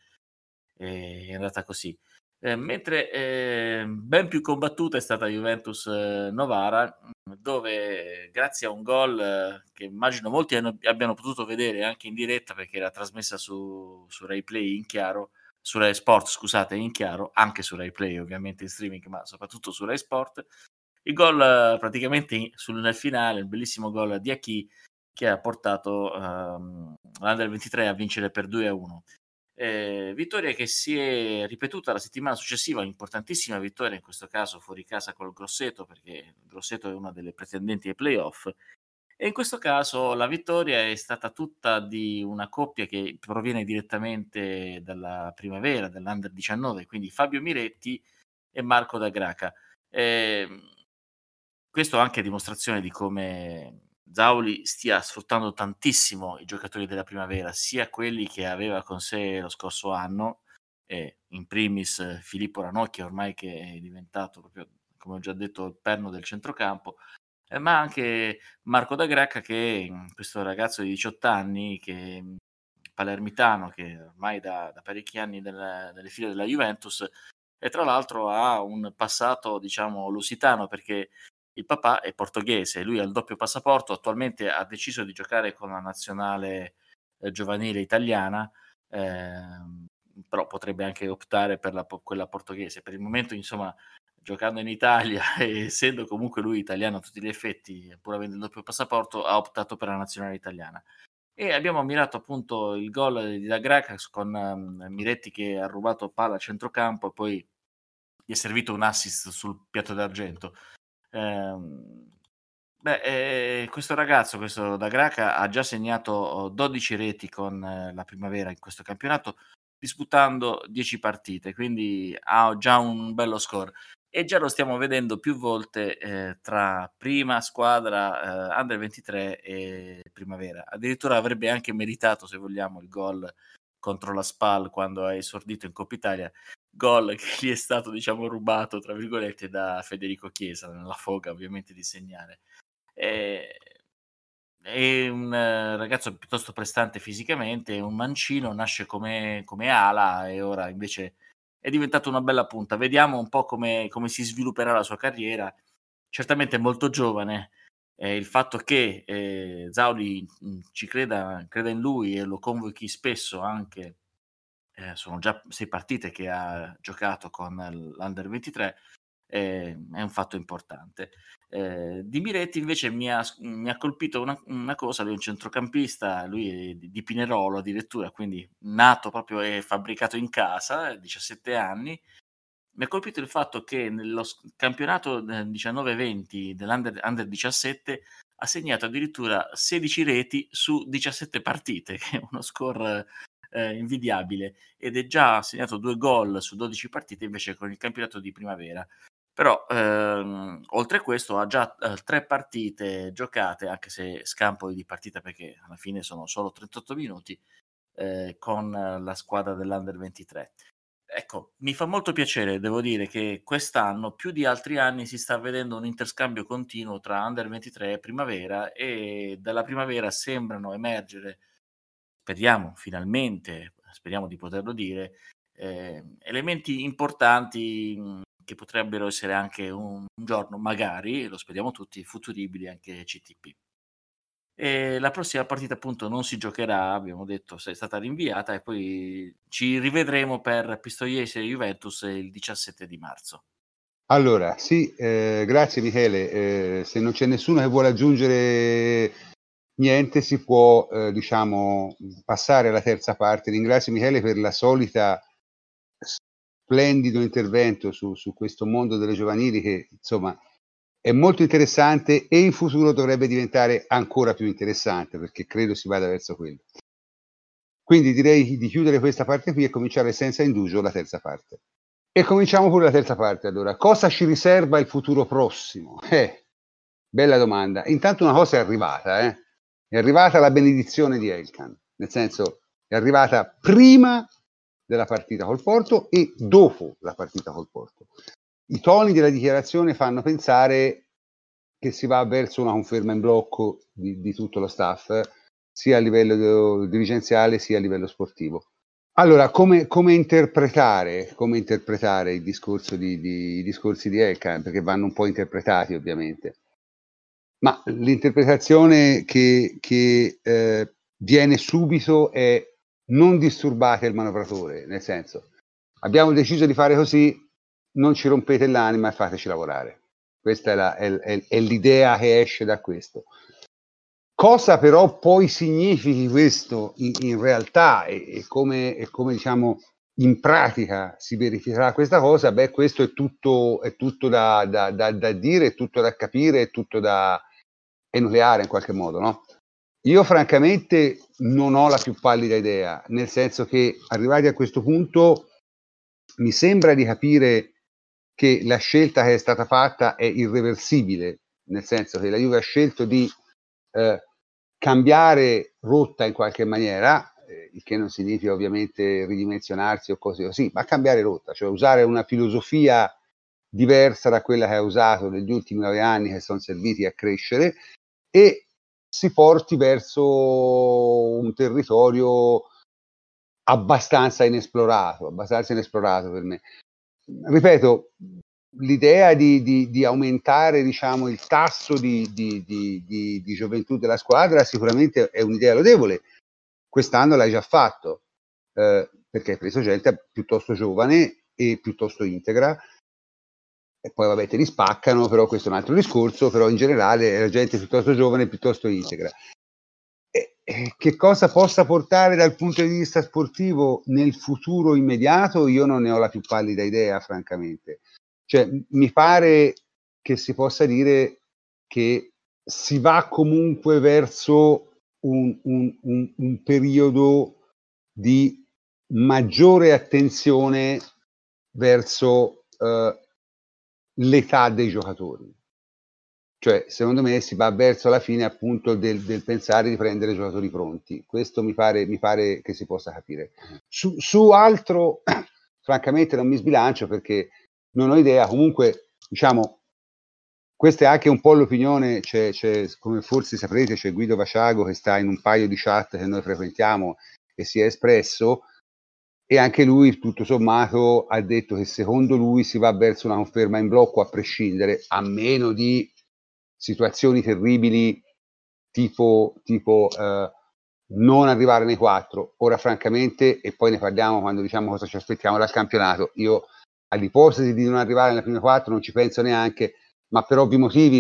e è andata così. Eh, mentre eh, ben più combattuta è stata Juventus eh, Novara, dove grazie a un gol eh, che immagino molti hanno- abbiano potuto vedere anche in diretta, perché era trasmessa su, su Rai Play in chiaro, su Rai Sport, scusate, in chiaro, anche su Rai Play ovviamente in streaming, ma soprattutto su Rai Sport, il gol eh, praticamente in- sul, nel finale, il bellissimo gol di Achi, che ha portato ehm, l'Under ventitré a vincere per due a uno. Eh, vittoria che si è ripetuta la settimana successiva, importantissima vittoria, in questo caso fuori casa col Grosseto, perché il Grosseto è una delle pretendenti ai playoff, e in questo caso la vittoria è stata tutta di una coppia che proviene direttamente dalla primavera, dell'Under diciannove, quindi Fabio Miretti e Marco da Graca. Eh, questo anche a dimostrazione di come Zauli stia sfruttando tantissimo i giocatori della primavera, sia quelli che aveva con sé lo scorso anno, e in primis eh, Filippo Ranocchia, ormai che è diventato proprio, come ho già detto, il perno del centrocampo, eh, ma anche Marco da Gracca, che è questo ragazzo di diciotto anni, che mh, palermitano, che ormai da, da parecchi anni nelle, nelle file della Juventus, e tra l'altro ha un passato, diciamo, lusitano, perché il papà è portoghese, lui ha il doppio passaporto, attualmente ha deciso di giocare con la nazionale eh, giovanile italiana, ehm, però potrebbe anche optare per la, po- quella portoghese. Per il momento, insomma, giocando in Italia e essendo comunque lui italiano a tutti gli effetti, pur avendo il doppio passaporto, ha optato per la nazionale italiana. E abbiamo ammirato appunto il gol di Da Gracas con ehm, Miretti che ha rubato palla a centrocampo e poi gli è servito un assist sul piatto d'argento. Ehm, beh, eh, questo ragazzo, questo da Graca, ha già segnato dodici reti con eh, la primavera in questo campionato, disputando dieci partite, quindi ha già un bello score. E già lo stiamo vedendo più volte eh, tra prima squadra, eh, Under ventitré e primavera. Addirittura avrebbe anche meritato, se vogliamo, il gol contro la Spal quando ha esordito in Coppa Italia, gol che gli è stato, diciamo, rubato, tra virgolette, da Federico Chiesa, nella foga ovviamente di segnare. Eh, è un eh, ragazzo piuttosto prestante fisicamente, è un mancino, nasce come, come ala e ora invece è diventato una bella punta. Vediamo un po' come, come si svilupperà la sua carriera. Certamente è molto giovane. Eh, il fatto che eh, Zauli mh, ci creda, creda in lui e lo convochi spesso anche, eh, sono già sei partite che ha giocato con l'Under ventitré, ehm, è un fatto importante. Eh, di Miretti invece mi ha, mi ha colpito una, una cosa, lui è un centrocampista, lui è di, di Pinerolo addirittura, quindi nato proprio e fabbricato in casa, diciassette anni. Mi ha colpito il fatto che nello s- campionato del diciannove venti dell'Under under diciassette ha segnato addirittura sedici reti su diciassette partite, che è uno score eh, invidiabile, ed è già segnato due gol su dodici partite invece con il campionato di primavera. Però ehm, oltre a questo ha già eh, tre partite giocate, anche se scampoli di partita perché alla fine sono solo trentotto minuti, eh, con eh, la squadra dell'Under ventitré. Ecco, mi fa molto piacere, devo dire, che quest'anno più di altri anni si sta vedendo un interscambio continuo tra Under ventitré e Primavera, e dalla Primavera sembrano emergere, speriamo finalmente, speriamo di poterlo dire, eh, elementi importanti mh, che potrebbero essere anche un, un giorno, magari, lo speriamo tutti, futuribili anche C T P. E la prossima partita appunto non si giocherà, abbiamo detto, se è stata rinviata, e poi ci rivedremo per Pistoiese e Juventus il diciassette di marzo. Allora, sì, eh, grazie Michele. Eh, se non c'è nessuno che vuole aggiungere niente, si può, eh, diciamo, passare alla terza parte. Ringrazio Michele per la solita splendido intervento su, su questo mondo delle giovanili che, insomma, è molto interessante e in futuro dovrebbe diventare ancora più interessante, perché credo si vada verso quello. Quindi direi di chiudere questa parte qui e cominciare senza indugio la terza parte. E cominciamo pure la terza parte. Allora, cosa ci riserva il futuro prossimo? Eh, bella domanda. Intanto una cosa è arrivata, eh? È arrivata la benedizione di Elkan, nel senso è arrivata prima della partita col Porto e dopo la partita col Porto. I toni della dichiarazione fanno pensare che si va verso una conferma in blocco di, di tutto lo staff, sia a livello dirigenziale sia a livello sportivo. Allora, come, come interpretare, come interpretare il discorso di, di, i discorsi di Elkan, perché vanno un po' interpretati ovviamente, ma l'interpretazione che, che eh, viene subito è: non disturbate il manovratore, nel senso, abbiamo deciso di fare così, non ci rompete l'anima e fateci lavorare. Questa è, la, è, è, è l'idea che esce da questo. Cosa però poi significhi questo in, in realtà e, e, come, e come diciamo in pratica si verificherà questa cosa? Beh, questo è tutto, è tutto da, da, da, da dire, è tutto da capire, è tutto da enucleare in qualche modo, no? Io francamente non ho la più pallida idea, nel senso che arrivati a questo punto mi sembra di capire che la scelta che è stata fatta è irreversibile, nel senso che la Juve ha scelto di eh, cambiare rotta in qualche maniera, eh, il che non significa ovviamente ridimensionarsi o cose così, ma cambiare rotta, cioè usare una filosofia diversa da quella che ha usato negli ultimi nove anni, che sono serviti a crescere, e si porti verso un territorio abbastanza inesplorato, abbastanza inesplorato per me. Ripeto, l'idea di, di, di aumentare, diciamo, il tasso di, di, di, di, di gioventù della squadra sicuramente è un'idea lodevole. Quest'anno l'hai già fatto, eh, perché hai preso gente piuttosto giovane e piuttosto integra, e poi vabbè te li spaccano, però questo è un altro discorso, però in generale la gente piuttosto giovane e piuttosto integra. E, e che cosa possa portare dal punto di vista sportivo nel futuro immediato, io non ne ho la più pallida idea, francamente. Cioè, mi pare che si possa dire che si va comunque verso un, un, un, un periodo di maggiore attenzione verso eh, l'età dei giocatori. Cioè, secondo me si va verso la fine appunto del, del pensare di prendere giocatori pronti. Questo mi pare, mi pare che si possa capire. Su, su altro, francamente non mi sbilancio perché non ho idea. Comunque, diciamo, questa è anche un po' l'opinione, c'è, c'è, come forse saprete, c'è Guido Vasciago che sta in un paio di chat che noi frequentiamo e si è espresso, e anche lui tutto sommato ha detto che secondo lui si va verso una conferma in blocco a prescindere, a meno di situazioni terribili tipo, tipo eh, non arrivare nei quattro. Ora francamente, e poi ne parliamo quando diciamo cosa ci aspettiamo dal campionato, io all'ipotesi di non arrivare nelle prime quattro non ci penso neanche, ma per ovvi motivi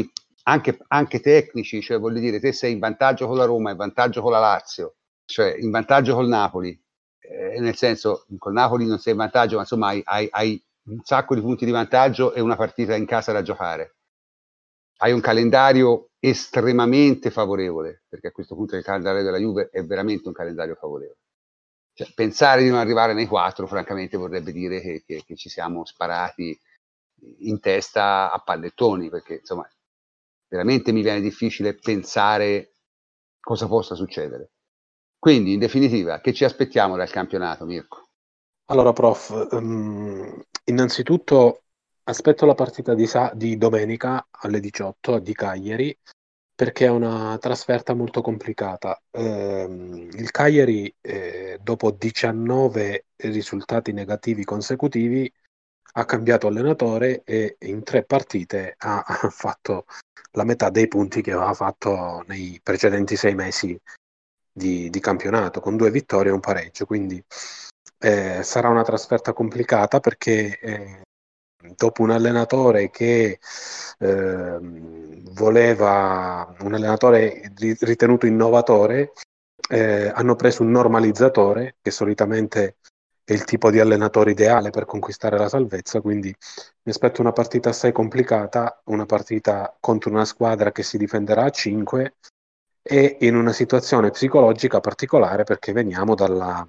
anche, anche tecnici, cioè voglio dire, te sei in vantaggio con la Roma, in vantaggio con la Lazio, cioè in vantaggio col Napoli, eh, nel senso, col Napoli non sei in vantaggio, ma insomma hai, hai, hai un sacco di punti di vantaggio e una partita in casa da giocare. Hai un calendario estremamente favorevole, perché a questo punto il calendario della Juve è veramente un calendario favorevole. Cioè, pensare di non arrivare nei quattro, francamente, vorrebbe dire che, che, che ci siamo sparati in testa a pallettoni, perché insomma, veramente mi viene difficile pensare cosa possa succedere. Quindi, in definitiva, che ci aspettiamo dal campionato, Mirko? Allora, prof, um, innanzitutto aspetto la partita di, sa- di domenica alle diciotto di Cagliari, perché è una trasferta molto complicata. Ehm, il Cagliari, eh, dopo diciannove risultati negativi consecutivi, ha cambiato allenatore e in tre partite ha, ha fatto la metà dei punti che aveva fatto nei precedenti sei mesi di, di campionato, con due vittorie e un pareggio. Quindi eh, sarà una trasferta complicata perché eh, dopo un allenatore che eh, voleva, un allenatore ritenuto innovatore, eh, hanno preso un normalizzatore che solitamente è il tipo di allenatore ideale per conquistare la salvezza, quindi mi aspetto una partita assai complicata, una partita contro una squadra che si difenderà a cinque e in una situazione psicologica particolare perché veniamo dalla,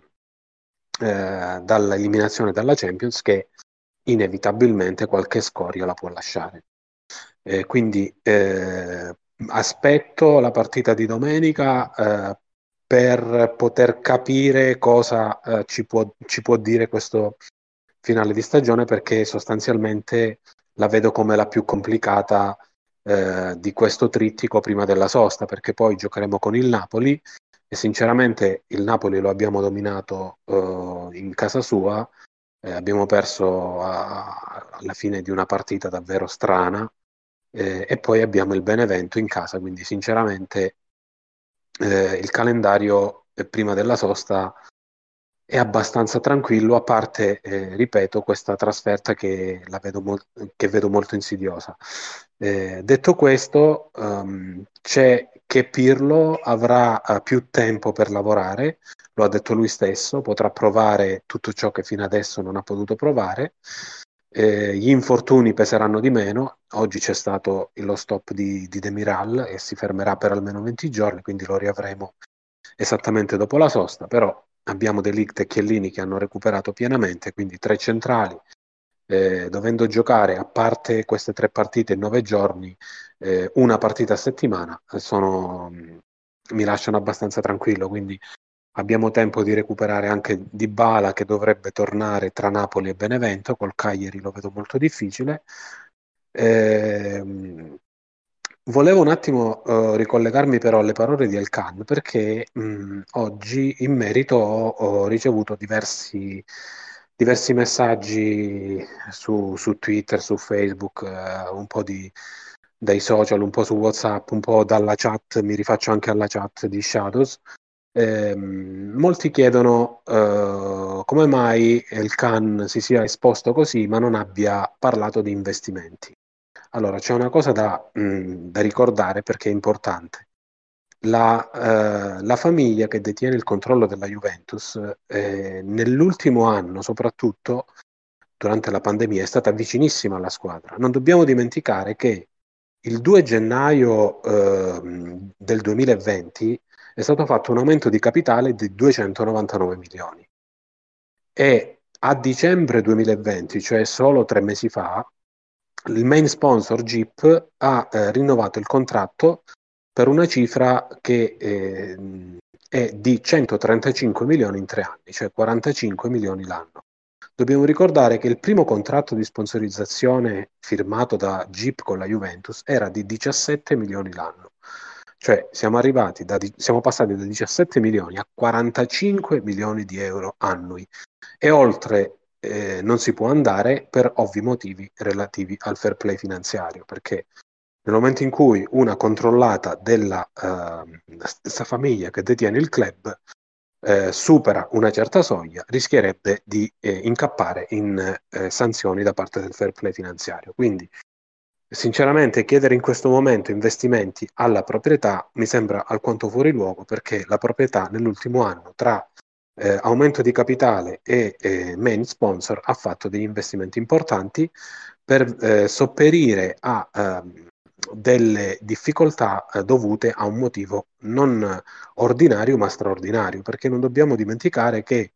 eh, dall'eliminazione dalla Champions che inevitabilmente qualche scoria la può lasciare. Eh, quindi eh, aspetto la partita di domenica eh, per poter capire cosa eh, ci può, ci può dire questo finale di stagione, perché sostanzialmente la vedo come la più complicata eh, di questo trittico prima della sosta, perché poi giocheremo con il Napoli e sinceramente il Napoli lo abbiamo dominato eh, in casa sua, eh, abbiamo perso a, alla fine di una partita davvero strana eh, e poi abbiamo il Benevento in casa, quindi sinceramente eh, il calendario eh, prima della sosta è abbastanza tranquillo, a parte, eh, ripeto, questa trasferta che, la vedo, mol- che vedo molto insidiosa. Eh, detto questo, ehm, c'è che Pirlo avrà eh, più tempo per lavorare, lo ha detto lui stesso, potrà provare tutto ciò che fino adesso non ha potuto provare. Eh, gli infortuni peseranno di meno. Oggi c'è stato lo stop di, di Demiral e si fermerà per almeno venti giorni, quindi lo riavremo esattamente dopo la sosta, però abbiamo De Ligt e Chiellini che hanno recuperato pienamente, quindi tre centrali, eh, dovendo giocare a parte queste tre partite in nove giorni, eh, una partita a settimana, sono, mi lasciano abbastanza tranquillo, quindi abbiamo tempo di recuperare anche Dybala che dovrebbe tornare tra Napoli e Benevento, col Cagliari lo vedo molto difficile. Eh, Volevo un attimo eh, ricollegarmi però alle parole di Elkan perché mh, oggi in merito ho, ho ricevuto diversi, diversi messaggi su, su Twitter, su Facebook, eh, un po' di, dai social, un po' su WhatsApp, un po' dalla chat, mi rifaccio anche alla chat di Shadows. Ehm, molti chiedono eh, come mai Elkan si sia esposto così ma non abbia parlato di investimenti. Allora, c'è una cosa da, mh, da ricordare perché è importante. La, eh, la famiglia che detiene il controllo della Juventus, eh, nell'ultimo anno, soprattutto durante la pandemia, è stata vicinissima alla squadra. Non dobbiamo dimenticare che il due gennaio eh, del duemilaventi è stato fatto un aumento di capitale di duecentonovantanove milioni e a dicembre duemilaventi, cioè solo tre mesi fa, il main sponsor Jeep ha eh, rinnovato il contratto per una cifra che eh, è di centotrentacinque milioni in tre anni, cioè quarantacinque milioni l'anno. Dobbiamo ricordare che il primo contratto di sponsorizzazione firmato da Jeep con la Juventus era di diciassette milioni l'anno. Cioè siamo arrivati da, siamo passati da diciassette milioni a quarantacinque milioni di euro annui e oltre eh, non si può andare per ovvi motivi relativi al fair play finanziario, perché nel momento in cui una controllata della eh, stessa famiglia che detiene il club eh, supera una certa soglia, rischierebbe di eh, incappare in eh, sanzioni da parte del fair play finanziario. Quindi sinceramente chiedere in questo momento investimenti alla proprietà mi sembra alquanto fuori luogo, perché la proprietà nell'ultimo anno tra eh, aumento di capitale e eh, main sponsor ha fatto degli investimenti importanti per eh, sopperire a ehm, delle difficoltà eh, dovute a un motivo non ordinario ma straordinario, perché non dobbiamo dimenticare che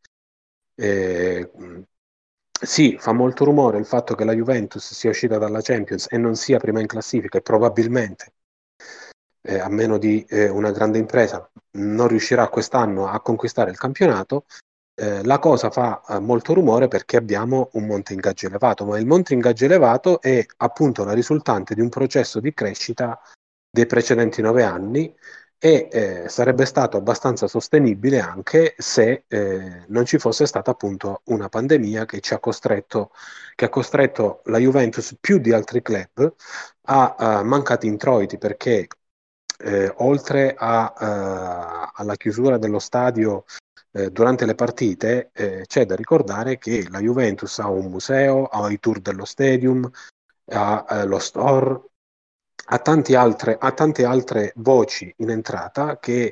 eh, sì, fa molto rumore il fatto che la Juventus sia uscita dalla Champions e non sia prima in classifica, e probabilmente eh, a meno di eh, una grande impresa non riuscirà quest'anno a conquistare il campionato. Eh, la cosa fa eh, molto rumore perché abbiamo un monte ingaggi elevato, ma il monte ingaggi elevato è appunto la risultante di un processo di crescita dei precedenti nove anni, e eh, sarebbe stato abbastanza sostenibile anche se eh, non ci fosse stata appunto una pandemia che ci ha costretto, che ha costretto la Juventus più di altri club a, a mancati introiti, perché eh, oltre a, uh, alla chiusura dello stadio eh, durante le partite, eh, c'è da ricordare che la Juventus ha un museo, ha i tour dello stadium, ha eh, lo store, ha, tanti altre, ha tante altre voci in entrata che,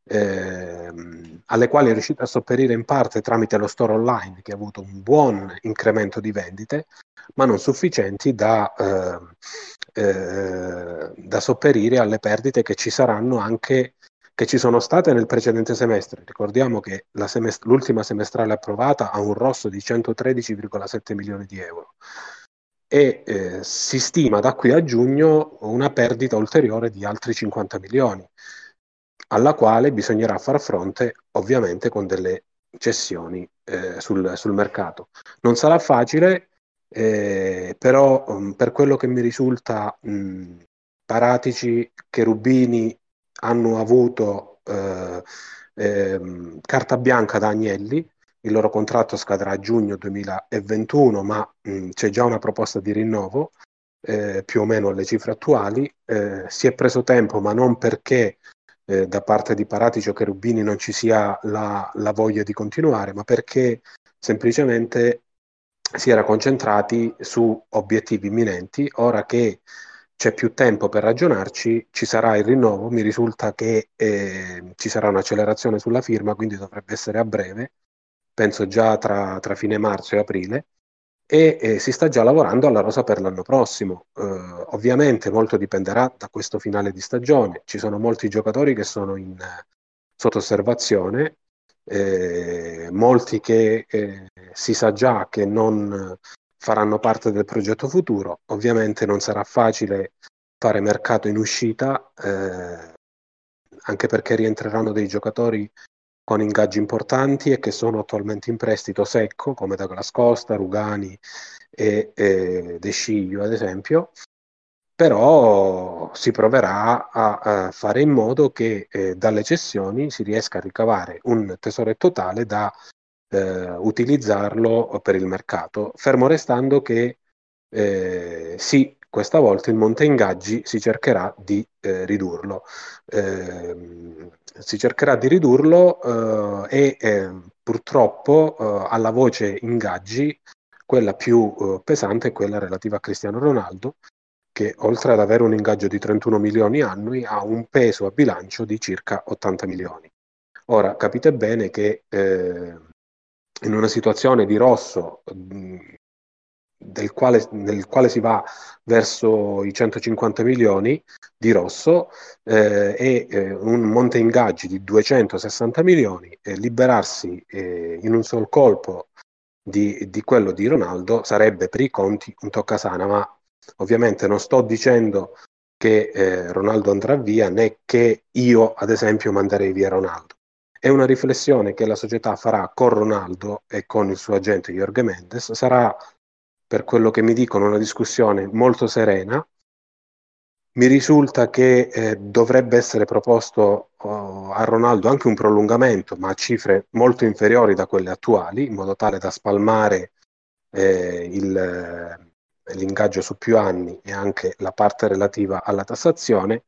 ehm, alle quali è riuscita a sopperire in parte tramite lo store online, che ha avuto un buon incremento di vendite, ma non sufficienti da, eh, eh, da sopperire alle perdite che ci saranno anche, che ci sono state nel precedente semestre. Ricordiamo che la semest- l'ultima semestrale approvata ha un rosso di centotredici virgola sette milioni di euro e eh, si stima da qui a giugno una perdita ulteriore di altri cinquanta milioni, alla quale bisognerà far fronte ovviamente con delle cessioni eh, sul, sul mercato. Non sarà facile, eh, però um, per quello che mi risulta mh, Paratici, Cherubini hanno avuto eh, ehm, carta bianca da Agnelli. Il loro contratto scadrà a giugno duemilaventuno, ma mh, c'è già una proposta di rinnovo eh, più o meno alle cifre attuali. Eh, si è preso tempo, ma non perché eh, da parte di Paratici o Cherubini non ci sia la, la voglia di continuare, ma perché semplicemente si era concentrati su obiettivi imminenti. Ora che c'è più tempo per ragionarci, ci sarà il rinnovo. Mi risulta che eh, ci sarà un'accelerazione sulla firma, quindi dovrebbe essere a breve, penso già tra, tra fine marzo e aprile, e eh, si sta già lavorando alla rosa per l'anno prossimo. Eh, ovviamente molto dipenderà da questo finale di stagione. Ci sono molti giocatori che sono in, eh, sotto osservazione, eh, molti che eh, si sa già che non faranno parte del progetto futuro. Ovviamente non sarà facile fare mercato in uscita, eh, anche perché rientreranno dei giocatori con ingaggi importanti e che sono attualmente in prestito secco, come Douglas Costa, Rugani e, e De Sciglio ad esempio. Però si proverà a, a fare in modo che eh, dalle cessioni si riesca a ricavare un tesoretto tale da eh, utilizzarlo per il mercato, fermo restando che eh, sì, questa volta il monte ingaggi si cercherà di eh, ridurlo. Eh, si cercherà di ridurlo eh, e eh, purtroppo eh, alla voce ingaggi, quella più eh, pesante è quella relativa a Cristiano Ronaldo, che oltre ad avere un ingaggio di trentuno milioni annui ha un peso a bilancio di circa ottanta milioni. Ora capite bene che eh, in una situazione di rosso mh, del quale, nel quale si va verso i centocinquanta milioni di rosso eh, e eh, un monte ingaggi di duecentosessanta milioni, eh, liberarsi eh, in un sol colpo di, di quello di Ronaldo sarebbe per i conti un toccasana, ma ovviamente non sto dicendo che eh, Ronaldo andrà via, né che io ad esempio manderei via Ronaldo. È una riflessione che la società farà con Ronaldo e con il suo agente Jorge Mendes. Sarà, per quello che mi dicono, una discussione molto serena. Mi risulta che eh, dovrebbe essere proposto oh, a Ronaldo anche un prolungamento, ma a cifre molto inferiori da quelle attuali, in modo tale da spalmare eh, il, eh, l'ingaggio su più anni e anche la parte relativa alla tassazione,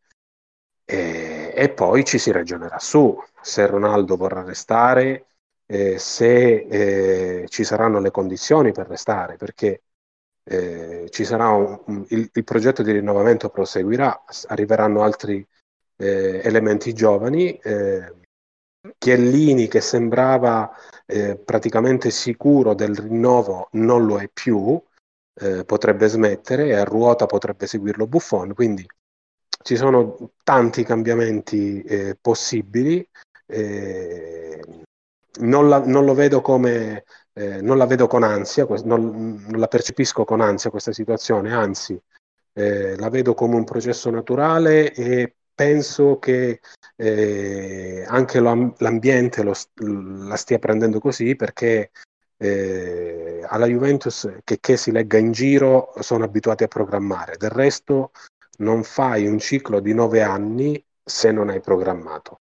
e, e poi ci si ragionerà su se Ronaldo vorrà restare, eh, se eh, ci saranno le condizioni per restare, perché eh, ci sarà un, un- il, il progetto di rinnovamento proseguirà, s- arriveranno altri eh, elementi giovani. eh, Chiellini, che sembrava eh, praticamente sicuro del rinnovo, non lo è più, eh, potrebbe smettere, e a ruota potrebbe seguirlo Buffon, quindi ci sono tanti cambiamenti eh, possibili. eh, non la, non lo vedo come, eh, non la vedo con ansia, que- non, non la percepisco con ansia questa situazione, anzi, eh, la vedo come un processo naturale, e penso che eh, anche lo- l'ambiente lo s- la stia prendendo così, perché eh, alla Juventus, che, che si legga in giro, sono abituati a programmare. Del resto non fai un ciclo di nove anni se non hai programmato.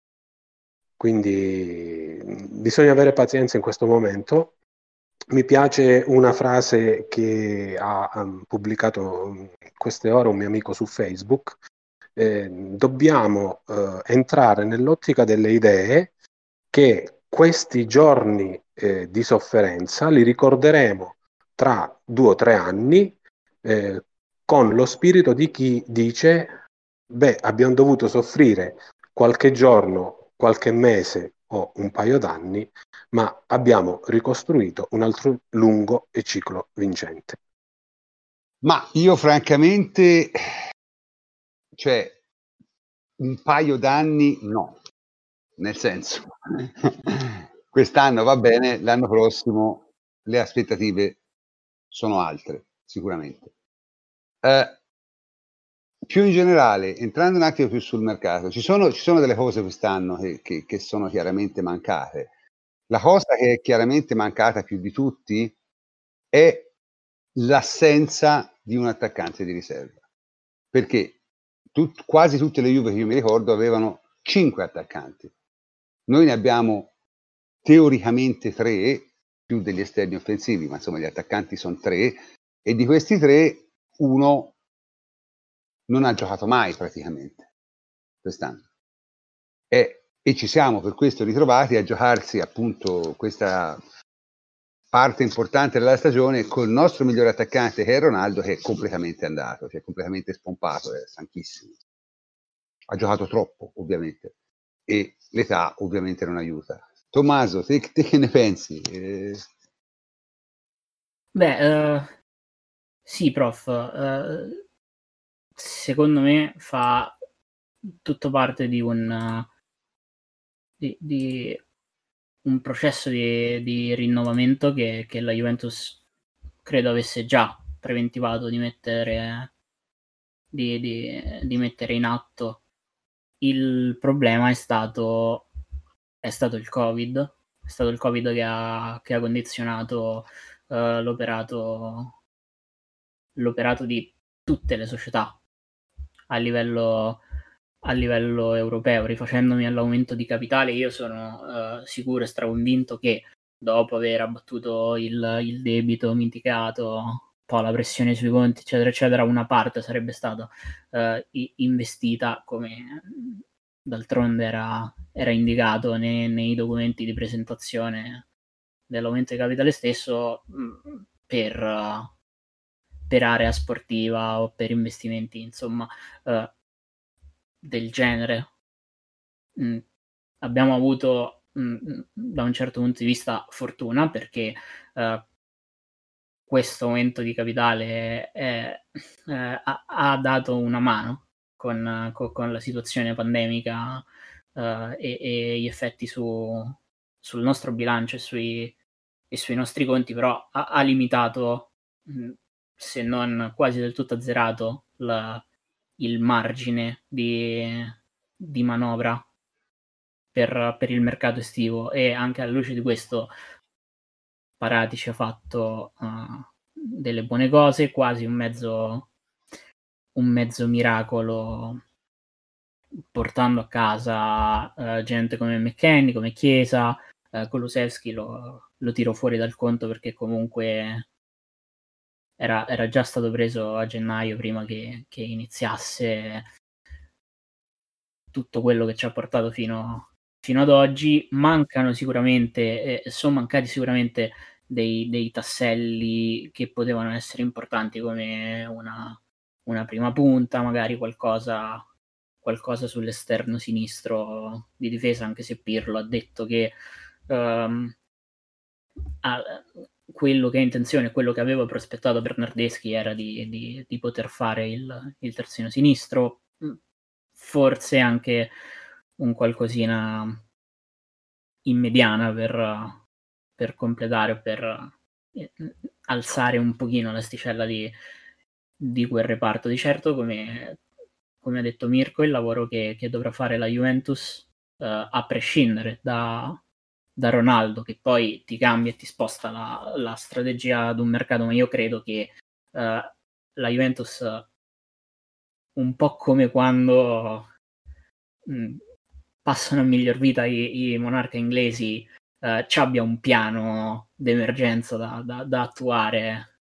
Quindi mh, bisogna avere pazienza in questo momento. Mi piace una frase che ha um, pubblicato in queste ore un mio amico su Facebook. Eh, dobbiamo eh, entrare nell'ottica delle idee, che questi giorni eh, di sofferenza li ricorderemo tra due o tre anni, eh, con lo spirito di chi dice: beh, abbiamo dovuto soffrire qualche giorno, qualche mese o un paio d'anni, ma abbiamo ricostruito un altro lungo e ciclo vincente. Ma io francamente, cioè, un paio d'anni no, nel senso, quest'anno va bene, l'anno prossimo le aspettative sono altre, sicuramente. Eh, più in generale, entrando un attimo più sul mercato, ci sono, ci sono delle cose quest'anno che, che, che sono chiaramente mancate. La cosa che è chiaramente mancata più di tutti è l'assenza di un attaccante di riserva, perché tut, quasi tutte le Juve che io mi ricordo avevano cinque attaccanti. Noi ne abbiamo teoricamente tre, più degli esterni offensivi, ma insomma gli attaccanti sono tre, e di questi tre uno non ha giocato mai praticamente quest'anno. E, e ci siamo per questo ritrovati a giocarsi appunto questa parte importante della stagione col nostro migliore attaccante, che è Ronaldo, che è completamente andato, cioè completamente spompato, è stanchissimo. Ha giocato troppo, ovviamente, e l'età ovviamente non aiuta. Tommaso, te, te che ne pensi? Eh... Beh, uh, sì, prof, uh, secondo me fa tutto parte di un, di, di un processo di, di rinnovamento che, che la Juventus credo avesse già preventivato di mettere, di, di, di mettere in atto. Il problema è stato, è stato il Covid, è stato il Covid che ha, che ha condizionato uh, l'operato, l'operato di tutte le società a livello, a livello europeo. Rifacendomi all'aumento di capitale, io sono uh, sicuro e straconvinto che dopo aver abbattuto il, il debito mitigato, un po' la pressione sui conti, eccetera, eccetera, una parte sarebbe stata uh, investita, come d'altronde era, era indicato nei, nei documenti di presentazione dell'aumento di capitale stesso, mh, per, uh, per area sportiva o per investimenti, insomma, uh, del genere. Mm. Abbiamo avuto, mh, da un certo punto di vista, fortuna, perché uh, questo aumento di capitale è, eh, ha, ha dato una mano con, con, con la situazione pandemica uh, e, e gli effetti su, sul nostro bilancio e sui, e sui nostri conti, però ha, ha limitato, mh, se non quasi del tutto azzerato, la, il margine di, di manovra per, per il mercato estivo. E anche alla luce di questo Paratici ha fatto uh, delle buone cose, quasi un mezzo, un mezzo miracolo, portando a casa uh, gente come McKennie, come Chiesa. uh, Kulusevski lo, lo tiro fuori dal conto, perché comunque era, era già stato preso a gennaio, prima che, che iniziasse tutto quello che ci ha portato fino, fino ad oggi. Mancano sicuramente, eh, sono mancati sicuramente dei, dei tasselli che potevano essere importanti, come una, una prima punta, magari qualcosa, qualcosa sull'esterno sinistro di difesa, anche se Pirlo ha detto che um, ha, quello che ha intenzione, quello che aveva prospettato Bernardeschi era di, di, di poter fare il, il terzino sinistro, forse anche un qualcosina in mediana per, per completare o per eh, alzare un pochino l'asticella di, di quel reparto. Di certo, come, come ha detto Mirko, il lavoro che, che dovrà fare la Juventus, eh, a prescindere da, da Ronaldo, che poi ti cambia e ti sposta la, la strategia ad un mercato, ma io credo che eh, la Juventus, un po' come quando mh, passano a miglior vita i, i monarca inglesi, eh, ci abbia un piano d'emergenza da, da, da attuare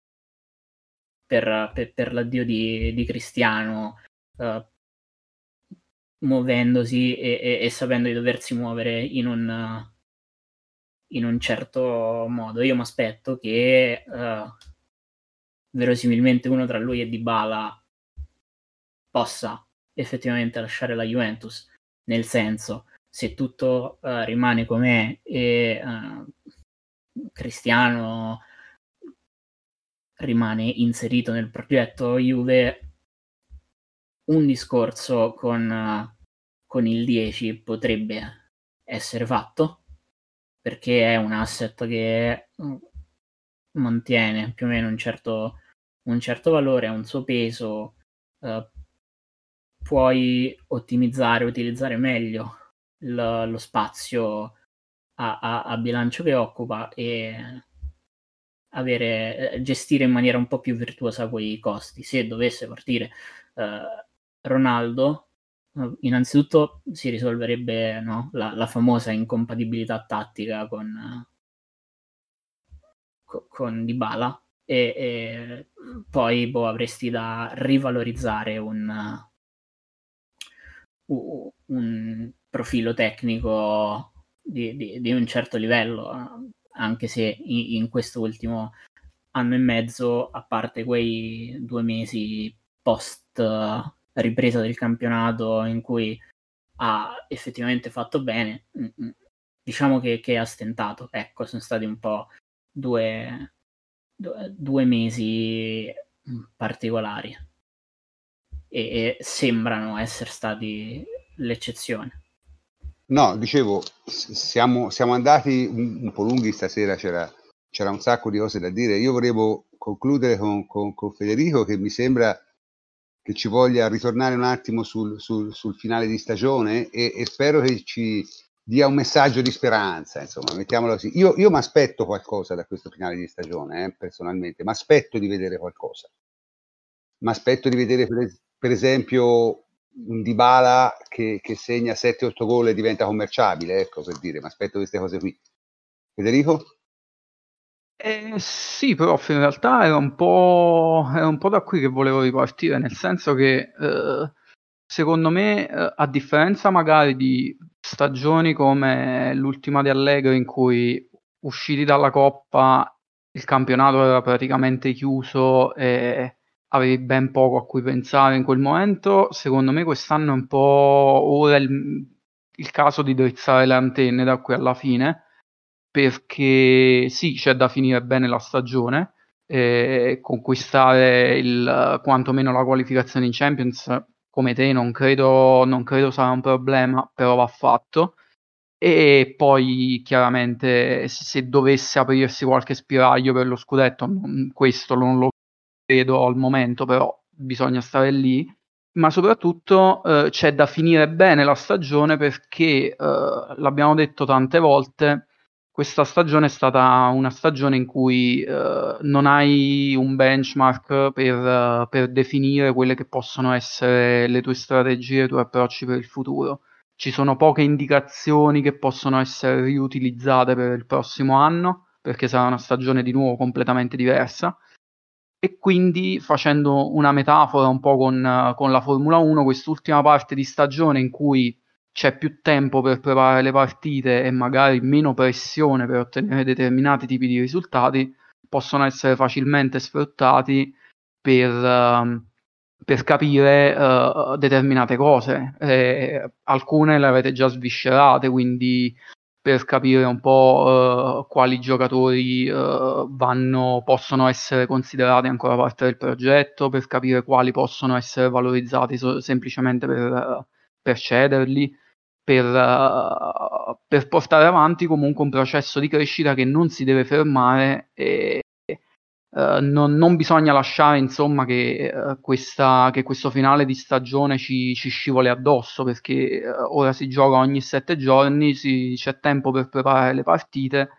per, per, per l'addio di, di Cristiano, eh, muovendosi e, e, e sapendo di doversi muovere in un, in un certo modo. Io mi aspetto che eh, verosimilmente uno tra lui e Dybala possa effettivamente lasciare la Juventus, nel senso, se tutto uh, rimane com'è e uh, Cristiano rimane inserito nel progetto Juve, un discorso con, uh, con il dieci potrebbe essere fatto, perché è un asset che uh, mantiene più o meno un certo, un certo valore, ha un suo peso, uh, puoi ottimizzare, utilizzare meglio lo, lo spazio a, a, a bilancio che occupa e avere, gestire in maniera un po' più virtuosa quei costi. Se dovesse partire eh, Ronaldo, innanzitutto si risolverebbe, no, la, la famosa incompatibilità tattica con, con, con Dybala e, e poi boh, avresti da rivalorizzare un un profilo tecnico di, di, di un certo livello, anche se in, in questo ultimo anno e mezzo, a parte quei due mesi post ripresa del campionato in cui ha effettivamente fatto bene, diciamo che, che ha stentato. Ecco, sono stati un po' due, due, due mesi particolari. E, e sembrano essere stati l'eccezione. No, dicevo, siamo, siamo andati un, un po' lunghi stasera, c'era, c'era un sacco di cose da dire. Io volevo concludere con, con, con Federico, che mi sembra che ci voglia ritornare un attimo sul, sul, sul finale di stagione e, e spero che ci dia un messaggio di speranza, insomma, mettiamolo così. Io, io mi aspetto qualcosa da questo finale di stagione, eh, personalmente, mi aspetto di vedere qualcosa. Mi aspetto di vedere per, per esempio un Dybala che, che segna sette otto gol e diventa commerciabile, ecco, per dire, mi aspetto queste cose qui. Federico? Eh, sì, prof, in realtà era un po', era un po' da qui che volevo ripartire, nel senso che eh, secondo me, eh, a differenza magari di stagioni come l'ultima di Allegri, in cui usciti dalla Coppa il campionato era praticamente chiuso e avevi ben poco a cui pensare in quel momento, secondo me quest'anno è un po' ora il, il caso di drizzare le antenne da qui alla fine, perché sì, c'è da finire bene la stagione e conquistare il, quantomeno la qualificazione in Champions, come te, non credo, non credo sarà un problema, però va fatto. E poi chiaramente se, se dovesse aprirsi qualche spiraglio per lo scudetto, non, questo non lo vedo al momento, però bisogna stare lì. Ma soprattutto eh, c'è da finire bene la stagione perché, eh, l'abbiamo detto tante volte, questa stagione è stata una stagione in cui eh, non hai un benchmark per, eh, per definire quelle che possono essere le tue strategie, i tuoi approcci per il futuro. Ci sono poche indicazioni che possono essere riutilizzate per il prossimo anno, perché sarà una stagione di nuovo completamente diversa. E quindi, facendo una metafora un po' con, con la Formula uno, quest'ultima parte di stagione in cui c'è più tempo per preparare le partite e magari meno pressione per ottenere determinati tipi di risultati, possono essere facilmente sfruttati per, uh, per capire uh, determinate cose. Eh, alcune le avete già sviscerate, quindi per capire un po' uh, quali giocatori uh, vanno, possono essere considerati ancora parte del progetto, per capire quali possono essere valorizzati so- semplicemente per, uh, per cederli, per, uh, per portare avanti comunque un processo di crescita che non si deve fermare e Uh, non, non bisogna lasciare insomma che, uh, questa, che questo finale di stagione ci, ci scivoli addosso, perché uh, ora si gioca ogni sette giorni, si, c'è tempo per preparare le partite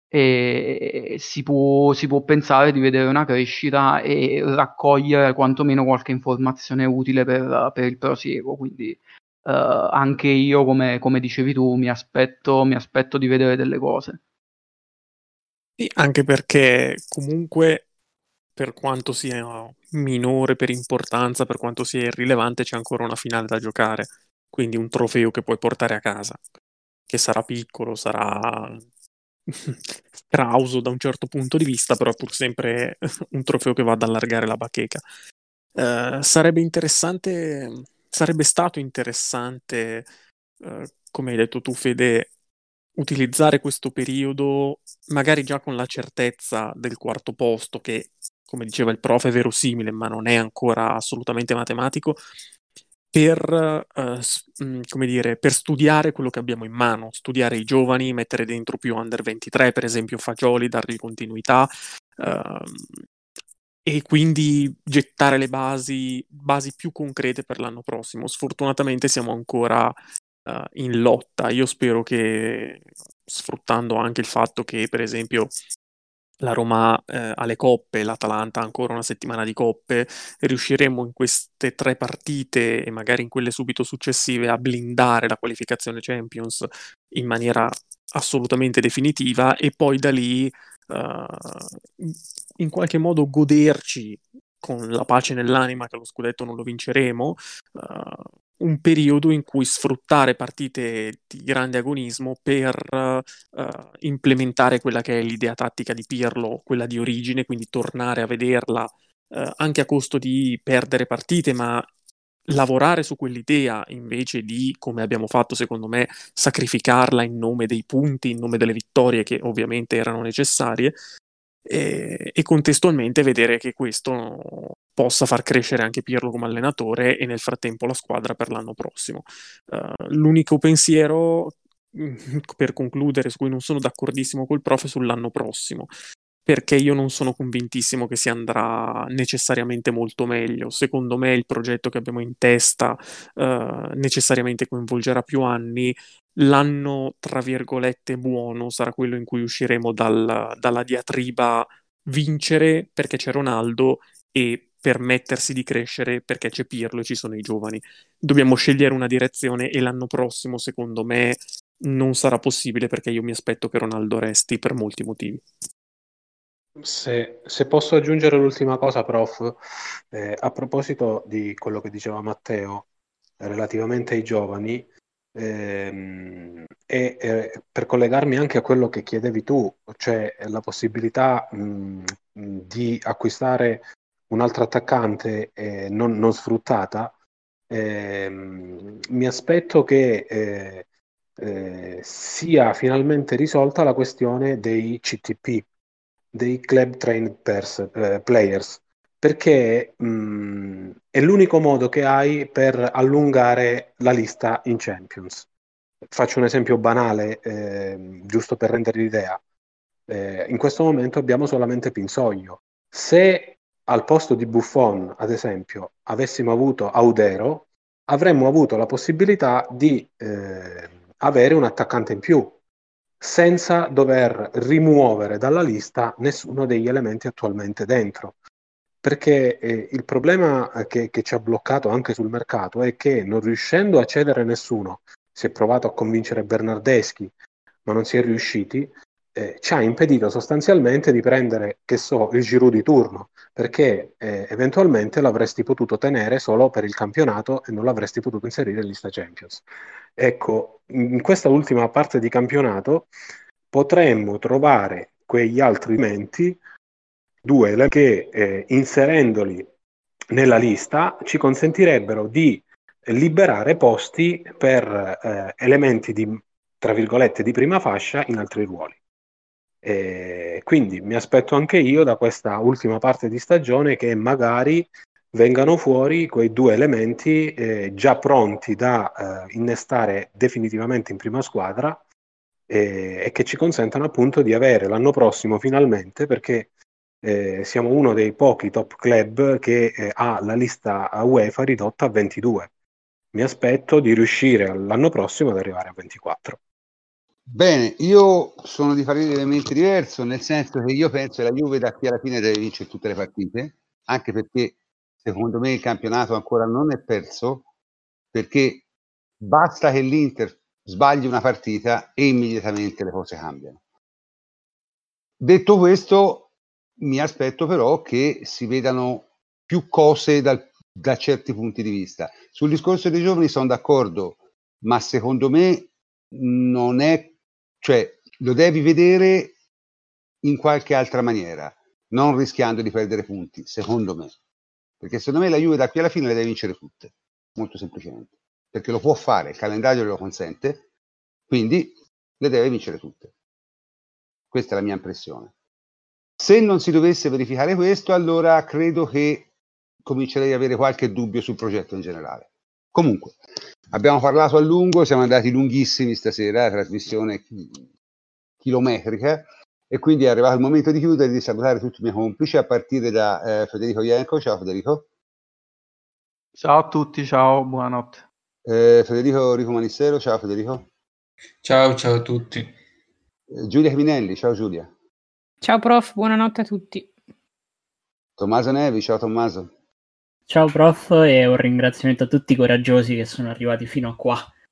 e si può, si può pensare di vedere una crescita e raccogliere quantomeno qualche informazione utile per, per il prosieguo. Quindi uh, anche io, come, come dicevi tu, mi aspetto, mi aspetto di vedere delle cose. Sì, anche perché comunque, per quanto sia minore per importanza, per quanto sia irrilevante, c'è ancora una finale da giocare, quindi un trofeo che puoi portare a casa, che sarà piccolo, sarà crauso da un certo punto di vista, però è pur sempre un trofeo che va ad allargare la bacheca. Uh, sarebbe interessante, sarebbe stato interessante, uh, come hai detto tu, Fede, utilizzare questo periodo magari già con la certezza del quarto posto, che come diceva il prof è verosimile ma non è ancora assolutamente matematico, per, uh, mh, come dire, per studiare quello che abbiamo in mano, studiare i giovani, mettere dentro più under ventitré, per esempio Fagioli, dargli continuità, uh, e quindi gettare le basi, basi più concrete per l'anno prossimo. Sfortunatamente siamo ancora Uh, in lotta. Io spero che, sfruttando anche il fatto che per esempio la Roma eh, ha le coppe, l'Atalanta ha ancora una settimana di coppe, riusciremo in queste tre partite e magari in quelle subito successive a blindare la qualificazione Champions in maniera assolutamente definitiva e poi da lì uh, in qualche modo goderci con la pace nell'anima che lo scudetto non lo vinceremo, uh, un periodo in cui sfruttare partite di grande agonismo per uh, implementare quella che è l'idea tattica di Pirlo, quella di origine, quindi tornare a vederla uh, anche a costo di perdere partite, ma lavorare su quell'idea invece di, come abbiamo fatto secondo me, sacrificarla in nome dei punti, in nome delle vittorie che ovviamente erano necessarie, e, e contestualmente vedere che questo possa far crescere anche Pirlo come allenatore e nel frattempo la squadra per l'anno prossimo. Uh, l'unico pensiero, per concludere, su cui non sono d'accordissimo col prof, è sull'anno prossimo, perché io non sono convintissimo che si andrà necessariamente molto meglio. Secondo me il progetto che abbiamo in testa uh, necessariamente coinvolgerà più anni. L'anno, tra virgolette, buono sarà quello in cui usciremo dal, dalla diatriba vincere perché c'è Ronaldo e permettersi di crescere perché c'è Pirlo e ci sono i giovani. Dobbiamo scegliere una direzione e l'anno prossimo, secondo me, non sarà possibile perché io mi aspetto che Ronaldo resti per molti motivi. Se, se posso aggiungere l'ultima cosa, prof, eh, a proposito di quello che diceva Matteo relativamente ai giovani, ehm, e eh, per collegarmi anche a quello che chiedevi tu, cioè la possibilità mh, di acquistare un altro attaccante eh, non, non sfruttata, ehm, mi aspetto che eh, eh, sia finalmente risolta la questione dei C T P, dei Club Trained pers- eh, Players, perché mh, è l'unico modo che hai per allungare la lista in Champions. Faccio un esempio banale, eh, giusto per rendere l'idea. Eh, in questo momento abbiamo solamente Pinsoglio. Se al posto di Buffon, ad esempio, avessimo avuto Audero, avremmo avuto la possibilità di eh, avere un attaccante in più, senza dover rimuovere dalla lista nessuno degli elementi attualmente dentro. Perché eh, il problema che, che ci ha bloccato anche sul mercato è che, non riuscendo a cedere nessuno, si è provato a convincere Bernardeschi, ma non si è riusciti, eh, ci ha impedito sostanzialmente di prendere, che so, il Giroud di turno, perché eh, eventualmente l'avresti potuto tenere solo per il campionato e non l'avresti potuto inserire in lista Champions. Ecco, in questa ultima parte di campionato potremmo trovare quegli altri elementi, due che eh, inserendoli nella lista ci consentirebbero di liberare posti per eh, elementi di, tra virgolette, di prima fascia in altri ruoli. E quindi mi aspetto anche io da questa ultima parte di stagione che magari vengano fuori quei due elementi eh, già pronti da eh, innestare definitivamente in prima squadra e, e che ci consentano appunto di avere l'anno prossimo finalmente, perché eh, siamo uno dei pochi top club che eh, ha la lista UEFA ridotta a ventidue. Mi aspetto di riuscire l'anno prossimo ad arrivare a ventiquattro. Bene, io sono di parere leggermente diverso, nel senso che io penso che la Juve da qui alla fine deve vincere tutte le partite, anche perché secondo me il campionato ancora non è perso, perché basta che l'Inter sbagli una partita e immediatamente le cose cambiano. Detto questo, mi aspetto però che si vedano più cose dal, da certi punti di vista. Sul discorso dei giovani sono d'accordo, ma secondo me non è, cioè lo devi vedere in qualche altra maniera, non rischiando di perdere punti, secondo me. Perché secondo me la Juve da qui alla fine le deve vincere tutte, molto semplicemente. Perché lo può fare, il calendario lo consente, quindi le deve vincere tutte. Questa è la mia impressione. Se non si dovesse verificare questo, allora credo che comincerei ad avere qualche dubbio sul progetto in generale. Comunque, abbiamo parlato a lungo, siamo andati lunghissimi stasera, trasmissione chilometrica, e quindi è arrivato il momento di chiudere, di salutare tutti i miei complici, a partire da eh, Federico Ienco. Ciao Federico. Ciao a tutti, ciao, buonanotte. Eh, Federico Rico Manissero, ciao Federico. Ciao, ciao a tutti. Eh, Giulia Chiminelli, ciao Giulia. Ciao prof, buonanotte a tutti. Tommaso Nevi, ciao Tommaso. Ciao prof, e un ringraziamento a tutti i coraggiosi che sono arrivati fino a qua.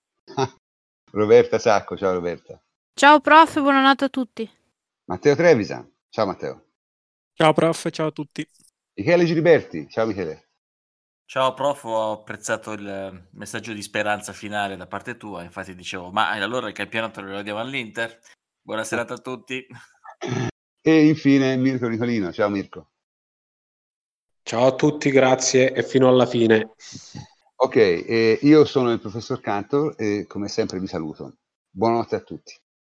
Roberta Sacco, ciao Roberta. Ciao prof, buonanotte a tutti. Matteo Trevisan, ciao Matteo. Ciao prof, ciao a tutti. Michele Giliberti, ciao Michele. Ciao prof, ho apprezzato il messaggio di speranza finale da parte tua, infatti dicevo, ma allora il campionato lo diamo all'Inter? Buona serata a tutti. E infine Mirko Nicolino, ciao Mirko. Ciao a tutti, grazie e fino alla fine. Ok, eh, io sono il professor Cantor e come sempre vi saluto. Buonanotte a tutti.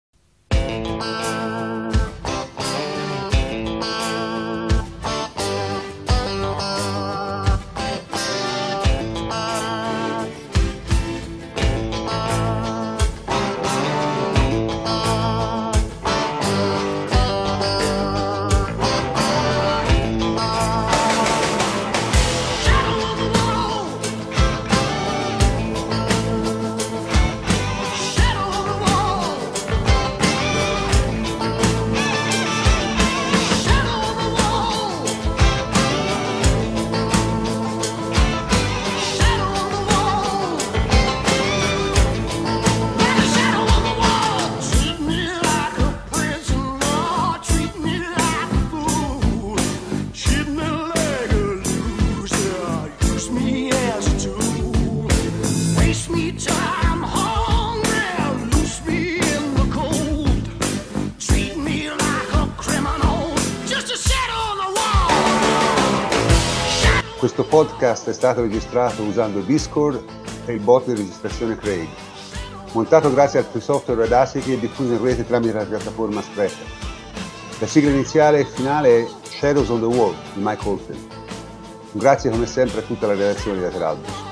Questo podcast è stato registrato usando Discord e il bot di registrazione Craig, montato grazie al free software Audacity e diffuso in rete tramite la piattaforma Spreaker. La sigla iniziale e finale è Shadows on the Wall di Mike Oldfield. Un grazie come sempre a tutta la redazione di Lateralbus.